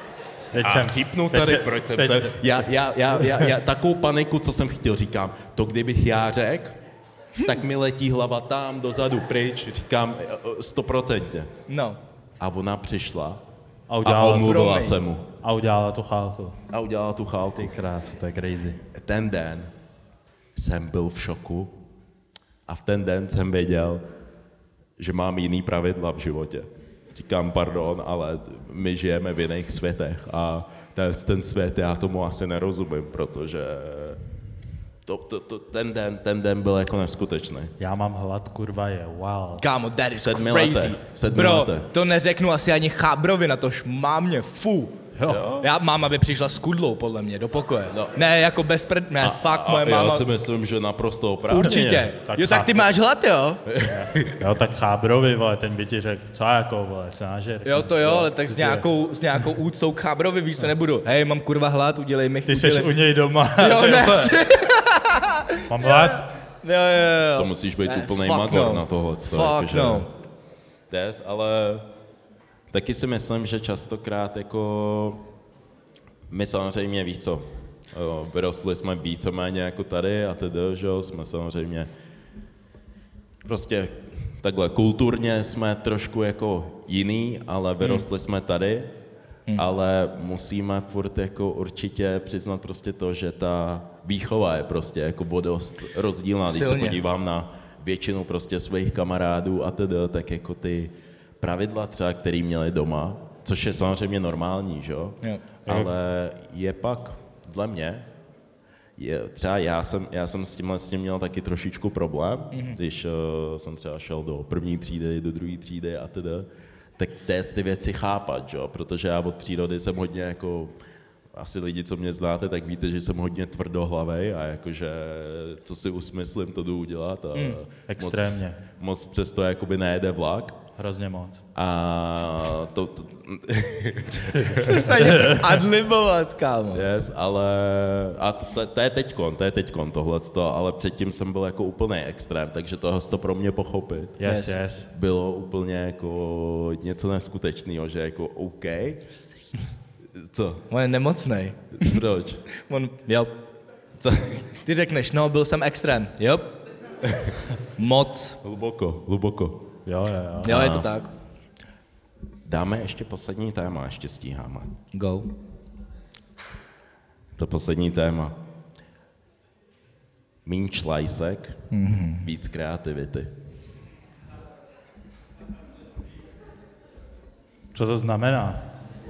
A chcípnu tady, proč jsem se... Já, já, já, já, já takovou paniku, co jsem chtěl, říkám, to kdybych já řekl, tak mi letí hlava tam, dozadu, pryč, říkám stoprocentně. No. A ona přišla A a udělala, omluvila promiň. se mu. a udělala tu chálku. A udělala tu chálku. Ty krásu, to je crazy. Ten den jsem byl v šoku a v ten den jsem věděl, že mám jiný pravidla v životě. Říkám, pardon, ale my žijeme v jiných světech a ten, ten svět, já tomu asi nerozumím, protože to, to, to, ten, den, ten den byl jako neskutečný. Já mám hlad, kurva je, wow. Kámo, that is sedmi crazy. letech, v sedmi Bro, letech. to neřeknu asi ani Chábrovi na tož mám mě, fu. Jo. Já mám, aby přišla s kudlou, podle mě, do pokoje. No. Ne, jako bez pred... Ne, fakt, a moje já máma... si myslím, že naprosto oprávněně. Určitě. Tak Jo, tak ty chápu. máš hlad, jo? Jo, tak Chábrovi, vole, ten by ti řekl, co jako, vole, snážer. Jo, to jo, ale tak s nějakou, s nějakou úctou k Chábrovi, víš, co nebudu. Hej, mám kurva hlad, udělej mi... Ty seš udělej... u něj doma. Jo, ty ne, vole, mám hlad. jo, jo, jo. To musíš být Ne, úplnej fuck magor no. na tohle. Fuck no. Des, ale taky si myslím, že častokrát jako my samozřejmě, víš co, jo, vyrostli jsme víceméně jako tady a tedy, že jo, jsme samozřejmě prostě takhle kulturně jsme trošku jako jiný, ale vyrostli hmm. jsme tady, hmm. ale musíme furt jako určitě přiznat prostě to, že ta výchova je prostě jako o dost rozdílná, když se Silně. podívám na většinu prostě svých kamarádů a tedy, tak jako ty pravidla třeba, který měli doma, což je samozřejmě normální, že jo? Jo. Ale je pak, dle mě, je, třeba já jsem, já jsem s tímhle s tím měl taky trošičku problém, mm-hmm. když uh, jsem třeba šel do první třídy, do druhé třídy a tedy, tak téct ty věci chápat, že jo? Protože já od přírody jsem hodně jako, asi lidi, co mě znáte, tak víte, že jsem hodně tvrdohlavej a jakože co si usmyslím, to jdu udělat a Mm, extrémně. Moc, moc přesto jakoby nejede vlak. Hrozně moc. A to, to Přestaň adlibovat, kámo. yes, ale a to, to je teďkon, to je teďkon tohleto, ale předtím jsem byl jako úplný extrém, takže tohle to pro mě pochopit Yes, Yes. yes. bylo úplně jako něco neskutečného, že jako OK. Co? On je nemocnej. Proč? On, jo. Co? Ty řekneš, no, byl jsem extrém. Jo. Moc. Hluboko, hluboko. Jo, jo, jo. Jo, je to A- tak. Dáme ještě poslední téma, ještě stíháme. Go. To poslední téma. Míň šlajsek, mm-hmm. víc kreativity. Co to znamená?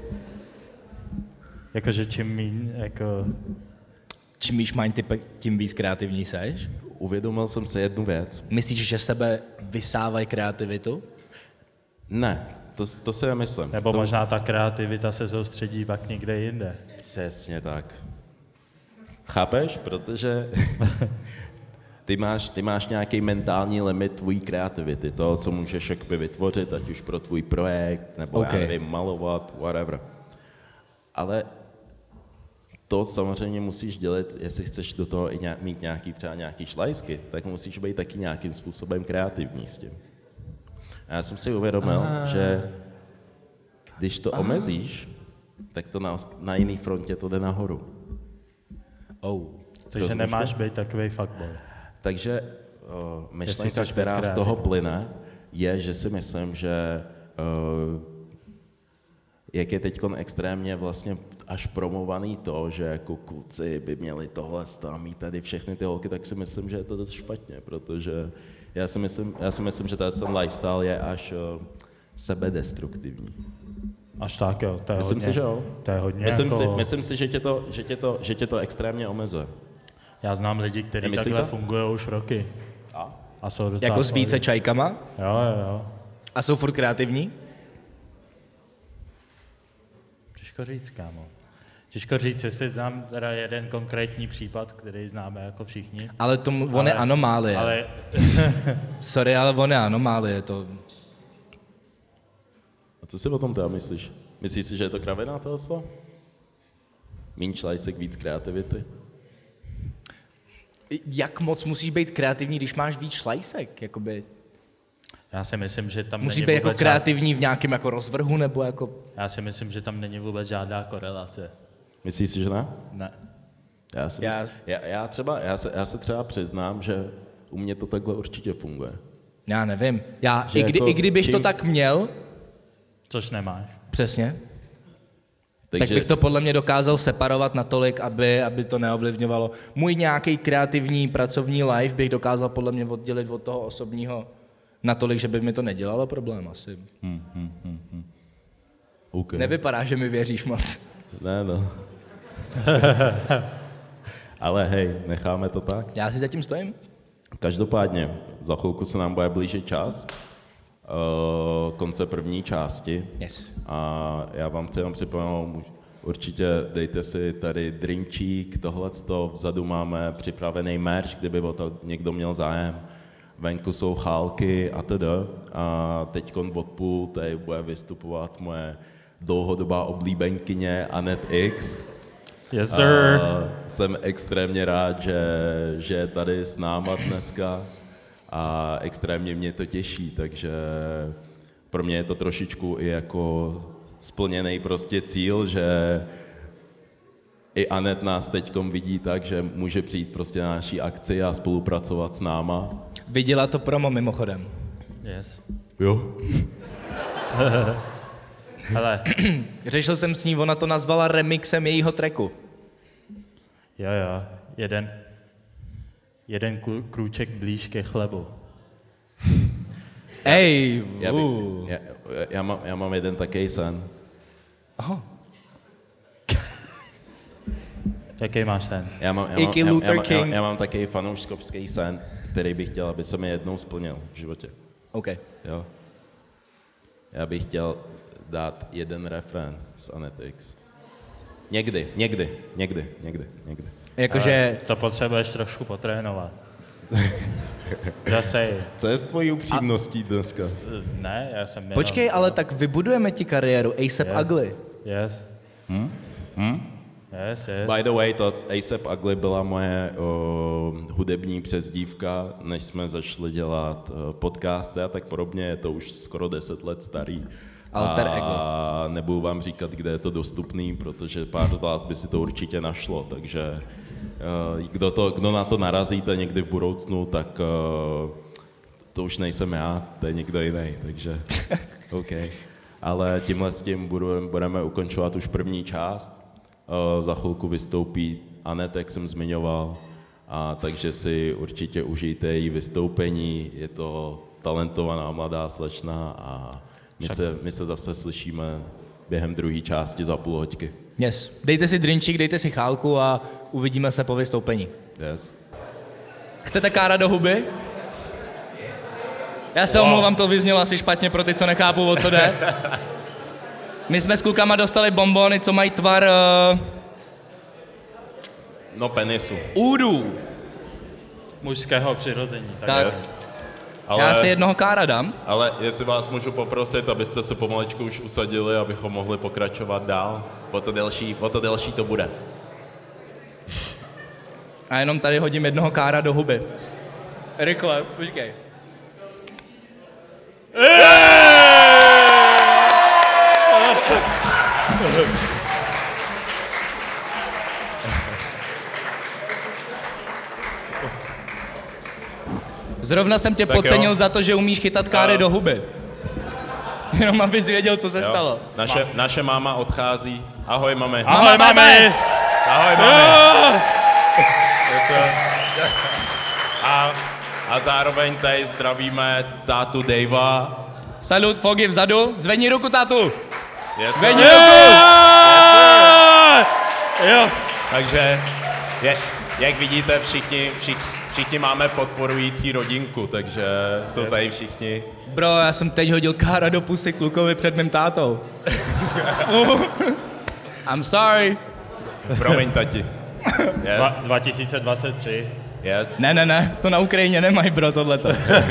Jakože čím míň, jako... Čím víš mind, ty, tím víc kreativní seš? Uvědomil jsem si jednu věc. Myslíš, že z tebe vysávají kreativitu? Ne, to, to si nemyslím. Nebo to, možná ta kreativita se soustředí pak někde jinde. Přesně tak. Chápeš? Protože ty máš, ty máš nějaký mentální limit tvojí kreativity, toho, co můžeš jakoby vytvořit, ať už pro tvůj projekt, nebo Okay. já nevím, malovat, whatever. Ale to samozřejmě musíš dělat, jestli chceš do toho i nějak, mít nějaký, třeba nějaký šlajsky, tak musíš být taky nějakým způsobem kreativní s tím. A já jsem si uvědomil, ah. že když to ah. omezíš, tak to na, na jiný frontě to jde nahoru. Oh. Takže Rozumíš nemáš to? být takovej fuckboy. Takže uh, myšlenka, chceš být která z kreativní. toho plyne, je, že si myslím, že uh, jak je teď extrémně vlastně až promovaný to, že jako kluci by měli tohle a mít tady všechny ty holky, tak si myslím, že je to dost špatně, protože já si myslím, já si myslím že ten lifestyle je až uh, sebedestruktivní. Až tak jo, to je Myslím hodně, si, že jo. To je hodně Myslím, jako... si, myslím si, že tě, to, že, tě to, že tě to extrémně omezuje. Já znám lidi, kteří Nemyslí takhle to? fungují už roky. A? A jsou docela Jako s více pohodě. čajkama? Jo, jo, jo. A jsou furt kreativní? Těžko říct, kámo. Těžko říct, jestli znám teda jeden konkrétní případ, který známe jako všichni. Ale to, on ale, je anomálie. Ale Sorry, ale on je anomálie. To... A co si o tom teda myslíš? Myslíš si, že je to kravina tohle? Míň šlajsek, víc kreativity? Jak moc musíš být kreativní, když máš víc šlajsek? Jakoby... Já si myslím, že tam Musí není být jako vůbec kreativní v nějakém jako rozvrhu, nebo jako... žád... Já si myslím, že tam není vůbec žádná korelace. Myslíš si, že ne? Ne. Já, si Já- já... Já, já, třeba, já, se, já se třeba přiznám, že u mě to takhle určitě funguje. Já nevím. Já, Že i, kdy, jako i kdybych čím- to tak měl, Což nemáš. přesně, Takže tak bych to podle mě dokázal separovat natolik, aby, aby to neovlivňovalo. Můj nějaký kreativní pracovní life bych dokázal podle mě oddělit od toho osobního natolik, že by mi to nedělalo problém asi. Hmm, hmm, hmm, hmm. Okay. Nevypadá, že mi věříš moc. Ne, no. Ale hej, necháme to tak. Já si zatím stojím. Každopádně, za chvilku se nám bude blížit čas, uh, konce první části. Yes. A já vám chci jenom připomenout, určitě dejte si tady drinčík, tohleto, vzadu máme připravený merch, kdyby o to někdo měl zájem. Venku jsou chálky a tedy. A teď od půl tady bude vystupovat moje dlouhodobá oblíbenkyně Anet X. Yes, sir. A jsem extrémně rád, že, že je tady s náma dneska a extrémně mě to těší, takže pro mě je to trošičku i jako splněný prostě cíl, že i Anet nás teďkom vidí tak, že může přijít prostě na naší akci a spolupracovat s náma. Viděla to promo mimochodem. Yes. Jo. Hele, Řešil jsem s ní, ona to nazvala remixem jejího tracku. jo, jo, jeden, jeden klu- krůček blíž ke chlebu. Ej, Já, by, uh. já, já, mám, já mám jeden takový sen. Aha. Jaký máš ten? Já mám, já mám, Icky já, Luther já, já, King. já mám takový fanouškovský sen, který bych chtěl, aby se mi jednou splnil v životě. OK. Jo. Já bych chtěl dát jeden refrén z Anet X. Někdy, někdy, někdy, někdy, někdy. Jakože, Ale to potřebuješ trošku potrénovat. Zase, Co je s tvojí upřímností dneska? ne, já jsem jenom... počkej, ale tak vybudujeme ti kariéru A$ap Yeah. Ugly. Yes. Hm? Hm? Yes, yes. By the way, to A$ap Ugly byla moje o, hudební přezdívka, než jsme začali dělat o, podcasty a tak podobně, je to už skoro deset let starý. Alter a ego. nebudu vám říkat, kde je to dostupný, protože pár z vás by si to určitě našlo, takže uh, kdo, to, kdo na to narazíte někdy v budoucnu, tak uh, to už nejsem já, to je někdo jiný, takže OK. Ale tímhle s tím budeme, budeme ukončovat už první část. Uh, za chvilku vystoupí Anet, jak jsem zmiňoval, a takže si určitě užijte její vystoupení, je to talentovaná mladá slečna a my se, my se zase slyšíme během druhé části za půl hoďky. Yes. Dejte si drinčík, dejte si chálku a uvidíme se po vystoupení. Yes. Chcete kára do huby? Já se omlouvám, to vyznělo asi špatně pro ty, co nechápou, o co jde. My jsme s klukama dostali bonbony, co mají tvar uh, No penisu. údů. Mužského přirození. Tak, Tak. Yes. Ale, Já si jednoho kára dám. ale jestli vás můžu poprosit, abyste se pomalečku už usadili, abychom mohli pokračovat dál, o to delší, o to delší to bude. A jenom tady hodím jednoho kára do huby. Rychle, počkej. Zrovna jsem tě Tak podcenil jo. za to, že umíš chytat káry A- do huby. Jenom abys věděl, co se Jo? stalo. Naše, naše máma odchází. Ahoj, mami. Ahoj, Mama, mami! Ahoj, mami. A, a zároveň tady zdravíme tátu Davea. Salut, Fogy vzadu. Zvedni ruku, tátu. Yes, Zvedni sir. ruku. Jo. Takže, je, jak vidíte, všichni, všichni, všichni máme podporující rodinku, takže jsou tady všichni. Bro, já jsem teď hodil kára do pusy klukovi před mým tátou. I'm sorry. Promiň, tati. Dva, Yes, dva tisíce dvacet tři. yes. Ne, ne, ne, to na Ukrajině nemají, bro, tohleto.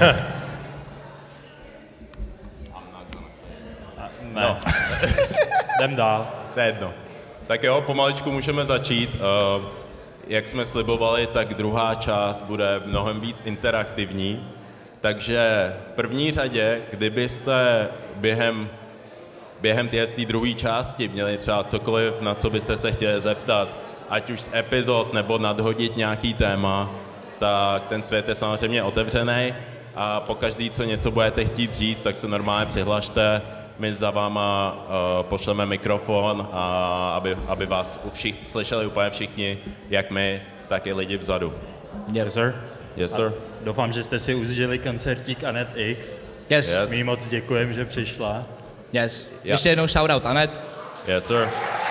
Ne. No. Jdem dál. To je jedno. Tak jo, pomalečku můžeme začít. Uh, jak jsme slibovali, tak druhá část bude mnohem víc interaktivní. Takže v první řadě, kdybyste během, během té druhé části měli třeba cokoliv, na co byste se chtěli zeptat, ať už z epizod nebo nadhodit nějaký téma, tak ten svět je samozřejmě otevřený a pokaždý, co něco budete chtít říct, tak se normálně přihlašte, my za váma uh, pošleme mikrofon, a aby, aby vás všich, slyšeli úplně všichni, jak my, tak i lidi vzadu. Yes, sir. Yes, sir. A doufám, že jste si užili koncertík Anet X. Yes. Yes. My moc děkujeme, že přišla. Yes. Yeah. Ještě jednou shoutout Anet. Yes, sir.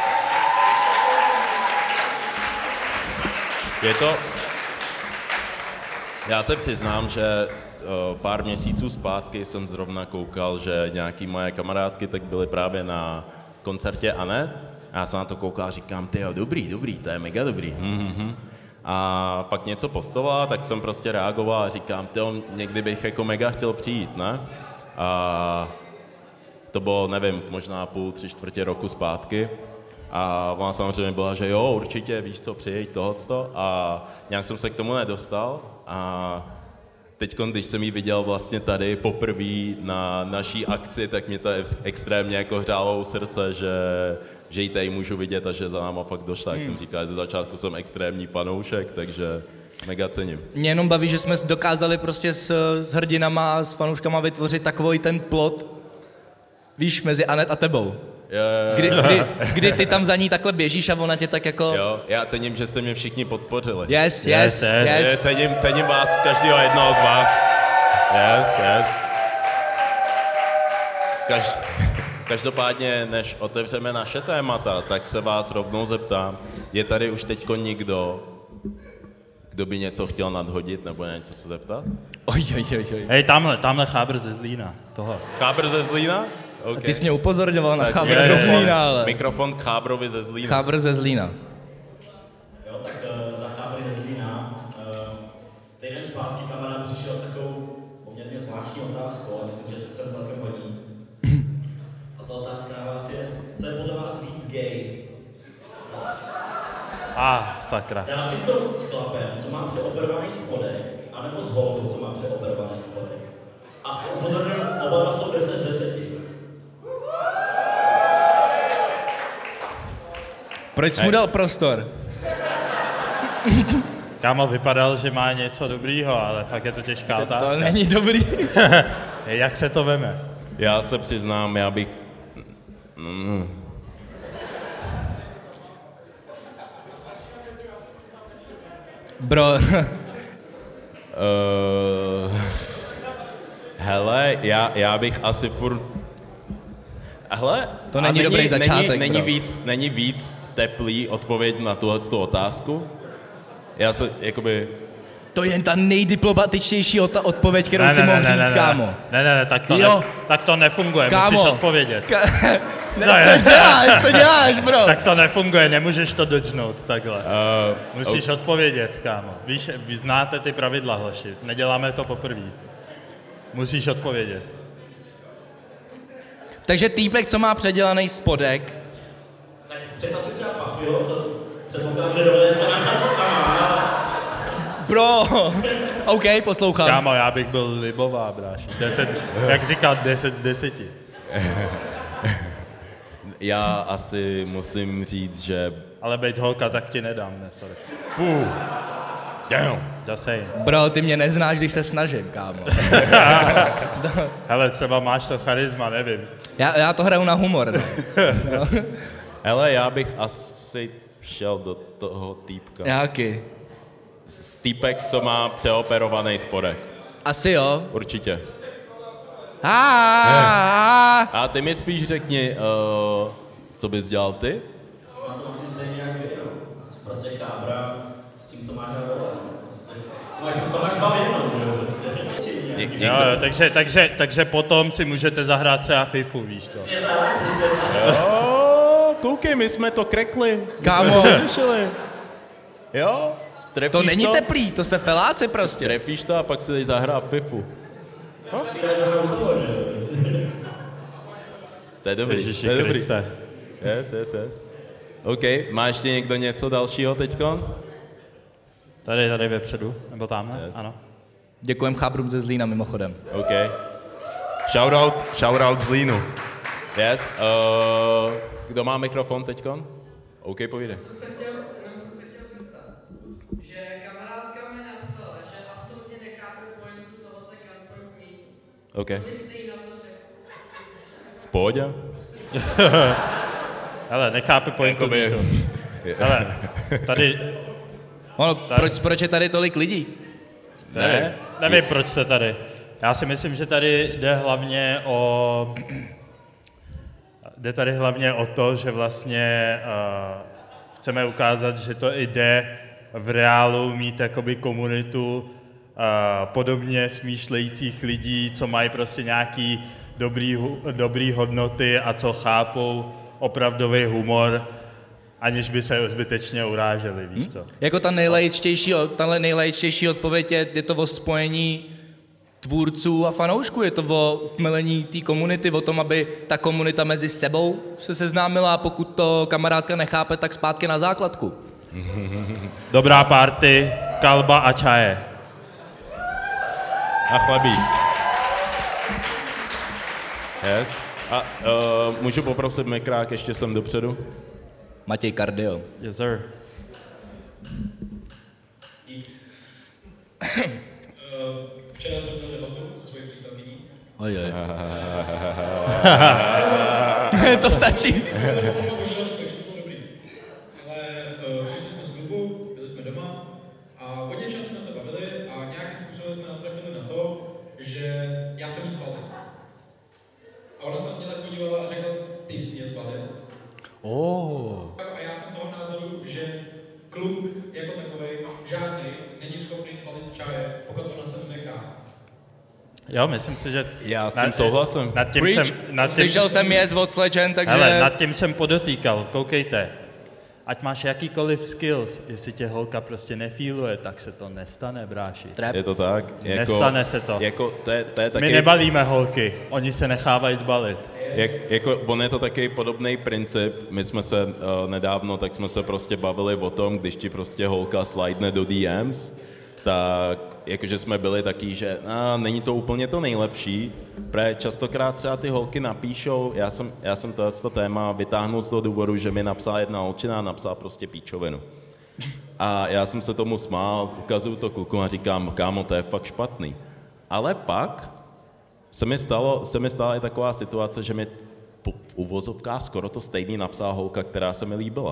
Je to... Já se přiznám, že uh, pár měsíců zpátky jsem zrovna koukal, že nějaký moje kamarádky tak byly právě na koncertě Anet. A já jsem na to koukal a říkám, tyjo, dobrý, dobrý, to je mega dobrý. Mm-hmm. A pak něco postovala, tak jsem prostě reagoval a říkám, tyjo, někdy bych jako mega chtěl přijít, ne? A to bylo, nevím, možná půl, tři čtvrtě roku zpátky. A ona samozřejmě byla, že jo, určitě, víš co, přijeď tohoto. A nějak jsem se k tomu nedostal. A teď, když jsem ji viděl vlastně tady poprvé na naší akci, tak mě to extrémně jako hřálo u srdce, že, že ji tady můžu vidět a že za náma fakt došla. Jak hmm. jsem říkal, že ze začátku jsem extrémní fanoušek, takže mega cením. Mě jenom baví, že jsme dokázali prostě s, s hrdinama a s fanouškama vytvořit takový ten plot, víš, mezi Anet a tebou. Je, Kdy, kdy, kdy ty tam za ní takhle běžíš a ona tě tak jako... Jo, já cením, že jste mě všichni podpořili. Yes, yes, yes. yes. Cením, cením vás, každého jednoho z vás. Yes, yes. Kaž, každopádně, než otevřeme naše témata, tak se vás rovnou zeptám, je tady už teďko nikdo, kdo by něco chtěl nadhodit nebo něco se zeptat? Oj, oj, oj, oj. Hej, tamhle, tamhle Chábr ze Zlína, toho. Chábr ze Zlína? Okay. Ty jsi mě upozorňoval na Tak Chábr je, ze je, Zlína, ale... Mikrofon k Chábrovi ze Zlína. Chábr ze Zlína. Jo, tak uh, za Chábry ze Zlína. Uh, týden zpátky kamarád přišel s takovou poměrně zvláštní otázkou a myslím, že se sem celkem hodí. A ta otázka na vás je, co je podle vás víc gay? A ah, sakra. Dát si to s chlapem, co má přeoperovaný spodek, anebo s holkou, co má přeoperovaný spodek. A upozorňuji, oba dva jsou deset z deseti. Proč jsi mu dal prostor? Kámo, vypadal, že má něco dobrýho, ale fakt je to těžká otázka. To není dobrý. Jak se to veme? Já se přiznám, já bych... Mm. Bro. uh, hele, já, já bych asi furt... Hele, to není, není dobrý začátek, není, není, bro. víc, není víc teplý odpověď na tuhletu otázku? Já se, jakoby... To je jen ta nejdiplomatičtější odpověď, kterou ne, si ne, mohl ne, říct, ne, ne, kámo. Ne, ne, ne, tak to, Jo. ne, tak to nefunguje, Kámo. musíš odpovědět. Ka- ne, co děláš, co děláš, bro? Tak to nefunguje, nemůžeš to dodžnout takhle. Uh, Musíš okay. odpovědět, kámo. Víš, vy znáte ty pravidla, hoši. Neděláme to poprvé. Musíš odpovědět. Takže týpek, co má předělaný spodek. Tak představ si třeba Pafio, co předpokládám, že dovolí třeba na něco tam má. Bro, OK, poslouchám. Kámo, já bych byl libová, bráši. Deset, jak říkal, deset z deseti. Já asi musím říct, že... Ale bejt holka, tak ti nedám, ne, sorry. Fuh. Damn. Just saying. Bro, ty mě neznáš, když se snažím, kámo. Hele, třeba máš to charisma, nevím. Já, já to hraju na humor, ne? No. Hele, já bych asi šel do toho týpka. Jaký? S týpek, co má přeoperovaný spodek. Asi jo. Určitě. A A ty mi spíš řekni, uh, co bys dělal ty? Asi na to asi stejně jak vy, no. Asi prostě Chábra s tím, co máš na dole. To máš, to máš dva v jednom, že jo? Prostě. Něk- Jo, jo, takže, takže, takže potom si můžete zahrát třeba FIFU, víš to. Přesně tak, přesně tak. Jo, koukej, my jsme to krekli. Kámo. My jsme to řešili. Jo? Trefíš to není to? teplý, to jste feláci prostě. Trefíš to a pak si jdeš zahrát FIFU. Si jdeš zrovna u toho, že jo? To je dobrý, Ježiši to je dobrý. Kriste. Yes, yes, yes. OK, má ještě někdo něco dalšího teďkon? Tady, tady vepředu, nebo tamhle, Je. ano. Děkujem chábrům ze Zlína mimochodem. OK. Shoutout, shoutout Zlínu. Yes. Uh, kdo má mikrofon teďkon? OK, povídej. Jsem se chtěl, jenom jsem se chtěl zeptat, že kamarádka mi napsala, že absolutně nechápe pointu tohoto kamprovní. OK. Co myslí na to, že... V pohodě? Hele, nechápe pointu Jakoby- mýtu. Hele, tady, Ono, proč, proč je tady tolik lidí? nevím, Ne? nevím, proč jste tady. Já si myslím, že tady jde hlavně o... Jde tady hlavně o to, že vlastně uh, chceme ukázat, že to i jde v reálu mít jakoby komunitu uh, podobně smýšlejících lidí, co mají prostě nějaký dobrý, hu- dobrý hodnoty a co chápou opravdový humor, aniž by se zbytečně uráželi, víš co. Jako ta nejlaičtější, tahle nejlaičtější odpověď je, je to o spojení tvůrců a fanoušků, je to o tmelení té komunity, o tom, aby ta komunita mezi sebou se seznámila a pokud to kamarádka nechápe, tak zpátky na základku. Dobrá party, kalba a čaje. A chlebík. Yes. A uh, můžu poprosit mikrák ještě sem dopředu? Matěj Kardio. Yes, sir. Včera jsem měl debatu se svojí přítelkyní. Ojoj. To stačí. Bohužel, takže to bylo dobrý. Ale uh, přišli jsme z klubu, byli jsme doma a o něčem jsme se bavili a nějakým způsobem jsme natrefili na to, že já jsem jí zbalil. A ona se na mě tak podívala a řekla, ty jsi mě zbalil. Oh. A já jsem toho názoru, že kluk jako takovej žádný není schopný zbalit čaje, pokud ona se nenechá. Jo, myslím si, že... Já s tím souhlasím. Nad tím Preach. jsem, nad tím, Slyšel jsem Yes od Sledgen, takže... hele, nad tím jsem podotýkal, koukejte. Ať máš jakýkoliv skills, jestli tě holka prostě nefíluje, tak se to nestane, bráši. Trap. Je to tak? Jako, Nestane se to. Jako, to je, to je taky, My nebalíme holky, oni se nechávají zbalit. jak, jako, on je to taky podobný princip. My jsme se uh, nedávno, tak jsme se prostě bavili o tom, když ti prostě holka slidne do D Ms, tak jakože jsme byli taky, že a, není to úplně to nejlepší, protože častokrát třeba ty holky napíšou, já jsem, já jsem tohleto téma vytáhnul z toho důvodu, že mi napsala jedna holčina a napsala prostě píčovinu. A já jsem se tomu smál, ukazuju to klukům a říkám, kámo, to je fakt špatný. Ale pak se mi, stalo, se mi stala i taková situace, že mi v uvozovkách skoro to stejný napsala holka, která se mi líbila.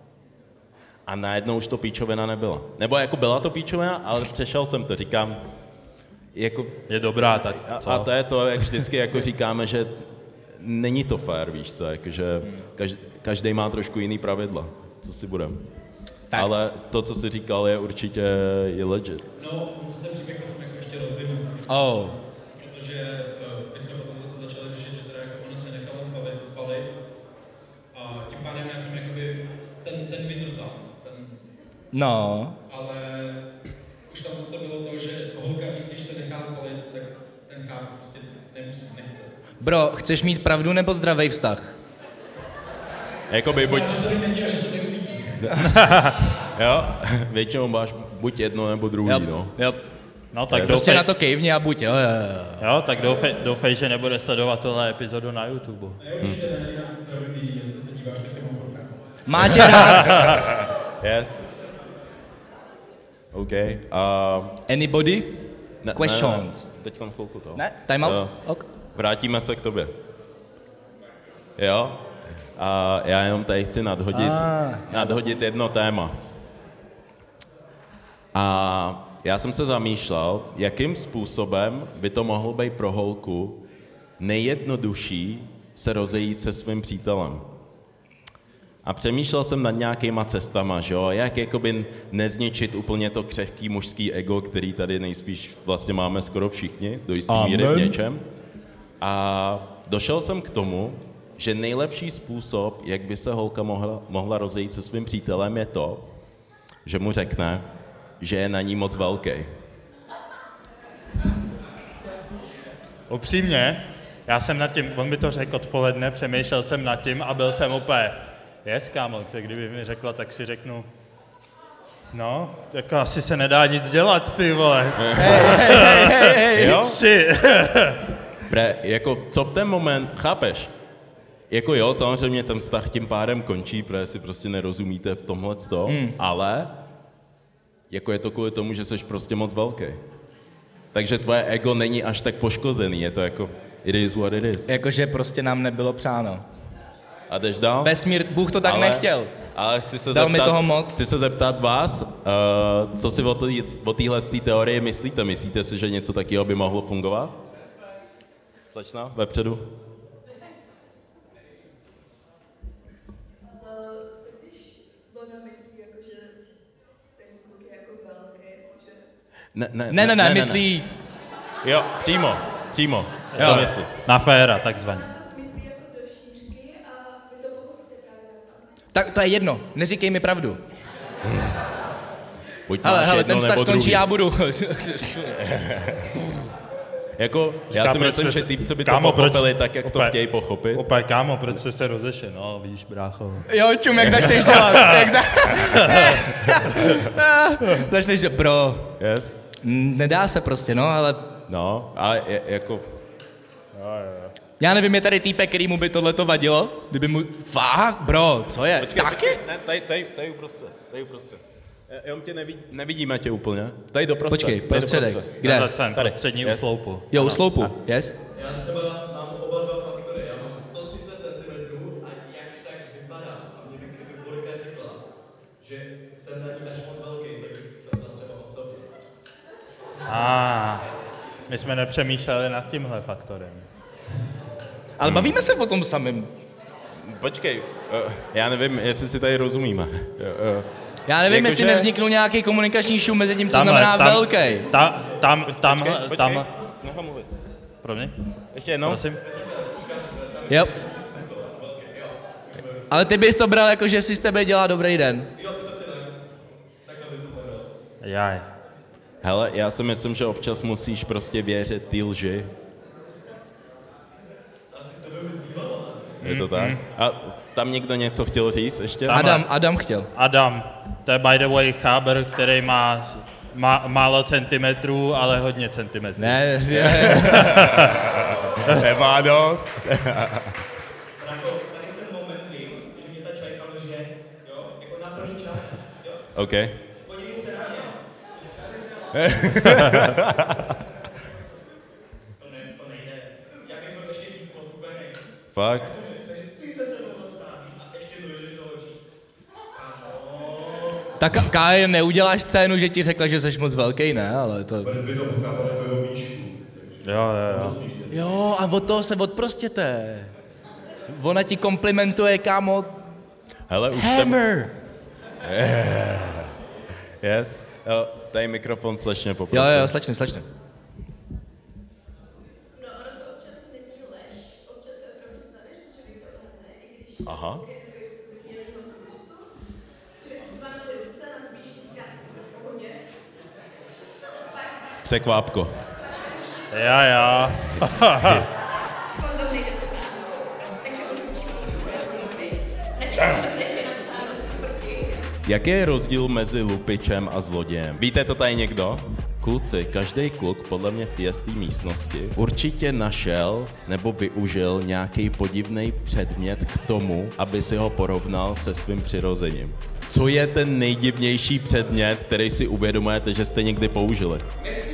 A najednou už to píčovina nebyla. Nebo jako byla to píčovina, ale přešel jsem to, říkám, jako, Je dobrá, tak co? a, a to je to, jak vždycky jako říkáme, že není to fér, víš co, jakože každý, každý má trošku jiný pravidla, co si budem. Facts. Ale to, co jsi říkal, je určitě je legit. No, co ten příběh potom jako ještě rozvinu, Oh. protože uh, my jsme potom zase začali řešit, že teda jako ona se nechala zbavit, zbalit a tím pádem já jsem jakoby ten, ten winner tam, ten, No. ale už tam zase bylo to, že holka, i když se nechá zbalit, tak ten cháp prostě nemusí, nechce. Bro, chceš mít pravdu nebo zdravý vztah? Jakoby buď, Že to není a že to neuvidí. jo, většinou máš buď jedno nebo druhý, Yep. no. Yep. No tak Prostě doufej, na to kejvni a buď, jo, jo, jo. jo, tak doufej, doufej, že nebude sledovat tohle epizodu na YouTube. Ne, určitě není na zdravý lidí, jestli se díváš, tak tě mám for friend. Má tě rád. Yes. OK. Uh, Anybody? ne, Questions. Ne, ne, teďkon chvilku to. Ne? Time out? Jo. Ok. Vrátíme se k tobě. Jo? A já jenom tady chci nadhodit, Ah. nadhodit jedno téma. A já jsem se zamýšlel, jakým způsobem by to mohlo být pro holku nejjednodušší se rozejít se svým přítelem. A přemýšlel jsem nad nějakýma cestama, že jo, jak jakoby nezničit úplně to křehký mužský ego, který tady nejspíš vlastně máme skoro všichni, do jistý míry v Amen. něčem. A došel jsem k tomu, že nejlepší způsob, jak by se holka mohla, mohla rozejít se svým přítelem, je to, že mu řekne, že je na ní moc velký. Upřímně, já jsem nad tím, on mi to řekl odpoledne, přemýšlel jsem nad tím a byl jsem úplně, yes, kámo, tak kdyby mi řekla, tak si řeknu, No, jako asi se nedá nic dělat, ty vole. Hej, hej, hej, hej. Jo? Tři. Bre, jako co v ten moment, chápeš? Jako jo, samozřejmě ten vztah tím pádem končí, protože si prostě nerozumíte v tomhle tom, hmm. ale jako je to kvůli tomu, že jsi prostě moc velký. Takže tvoje ego není až tak poškozený, je to jako it is what it is. Jakože prostě nám nebylo přáno. A jdeš dál? Vesmír, Bůh to tak ale, nechtěl. Ale chci se, Dal zeptat, mi toho moc. chci se zeptat vás, uh, co si o, tý, o téhle teorii myslíte? Myslíte si, že něco takového by mohlo fungovat? Slečna, vepředu. Co když ona myslí, jako, že ten kluk je jako velký, že... Ne, ne, Ne, ne, ne, myslí... Jo, přímo, přímo. Jo, To myslí. na féra, takzvaně. Myslí jako do šířky a vy to pochopíte právě tak. Tak to je jedno, neříkej mi pravdu. Buď Hele, máš hele, jedno, ten vztah nebo skončí, druhý. já budu. Jako, já Říká, si proč myslím, se- že týpci by to kámo, proč- pochopili tak, jak to Opět- chtějí pochopit. Opět, kámo, proč jste se rozešli? No, víš, brácho. Jo, čum, jak začneš dělat. Jak za... začneš dělat, bro. Yes? Nedá se prostě, no, ale... No, ale je, jako... Já nevím, je tady týpek, který mu by tohleto vadilo? Kdyby mu... Fakt, bro, co je? Počkej, Taky? počkej, ne, tady, tady, tady uprostřed, tady uprostřed. Eh, Jenom tě nevidí, nevidíme tě úplně. Tady doprostřed. Počkej, tady prostředek. doprostřed. Kde? Tenhle ten Tady. prostřední Yes. u sloupu. Jo, u sloupu, yes? Já třeba mám oba dva faktory, já mám sto třicet centimetrů a jakž tak vypadám. A mě by kdyby Borka řekla, že jsem na ní až moc velký, tak bych si to vzal třeba osobně. A my jsme nepřemýšleli nad tímhle faktorem. Ale bavíme se o tom samém. Počkej, eh, já nevím, jestli si tady rozumíme. Eh, eh, Já nevím, Jakože- jestli nevzniknul nějaký komunikační šum mezi tím, co Tamhle, znamená tam, velký. Ta, tam, tam, Počkej, počkej, tam, nechám mluvit. pro mě? Ještě jednou? Prosím. Jo. Ale ty bys to bral jako, že si z tebe dělá dobrý den. Jaj. Hele, já si myslím, že občas musíš prostě věřit ty lži. Je to tak? A tam někdo něco chtěl říct ještě? Tam- Adam, Adam chtěl. Adam, to je by the way cháber, který má, má málo centimetrů, ale hodně centimetrů. Ne, je, Nemá dost. Jako tady v ten moment vím, že mě ta čajka lže, jo, jako na plný čas, jo. OK. Podívej se na mě. To, ne, to nejde. Já bych byl ještě víc podkupený. Fakt? Takže ty se se mnou zastavíš a ještě mi lžeš do očí. tak Káje, neuděláš scénu, že ti řekla, že jsi moc velký, ne, ale to... Vy to pochápali jako jeho výšku. Jo, jo, jo. Jo, a od toho se odprostěte. Ona ti komplimentuje, kámo, Hele, už jsem... hammer. Yes. Jo, tady mikrofon slečně Jo, poprosím. jo, slečne, slečne. No, ono to občas není lež, občas se opravdu stane, že člověk to odhadne, i když Aha. je vypněný v vzrůstu. Člověk si dívá na ty ruce, na tu výšku, říká si to v pohodě. Pak Překvápko. Já, já. kondom nejde přepáhnout, takže on zvučí super kondomy. Na těch kondomech je napsáno super kick. Jaký je rozdíl mezi lupičem a zlodějem? Víte to tady někdo? Kluci, každý kluk podle mě v té místnosti určitě našel nebo využil nějaký podivný předmět k tomu, aby si ho porovnal se svým přirozením. Co je ten nejdivnější předmět, který si uvědomujete, že jste někdy použili? Nechci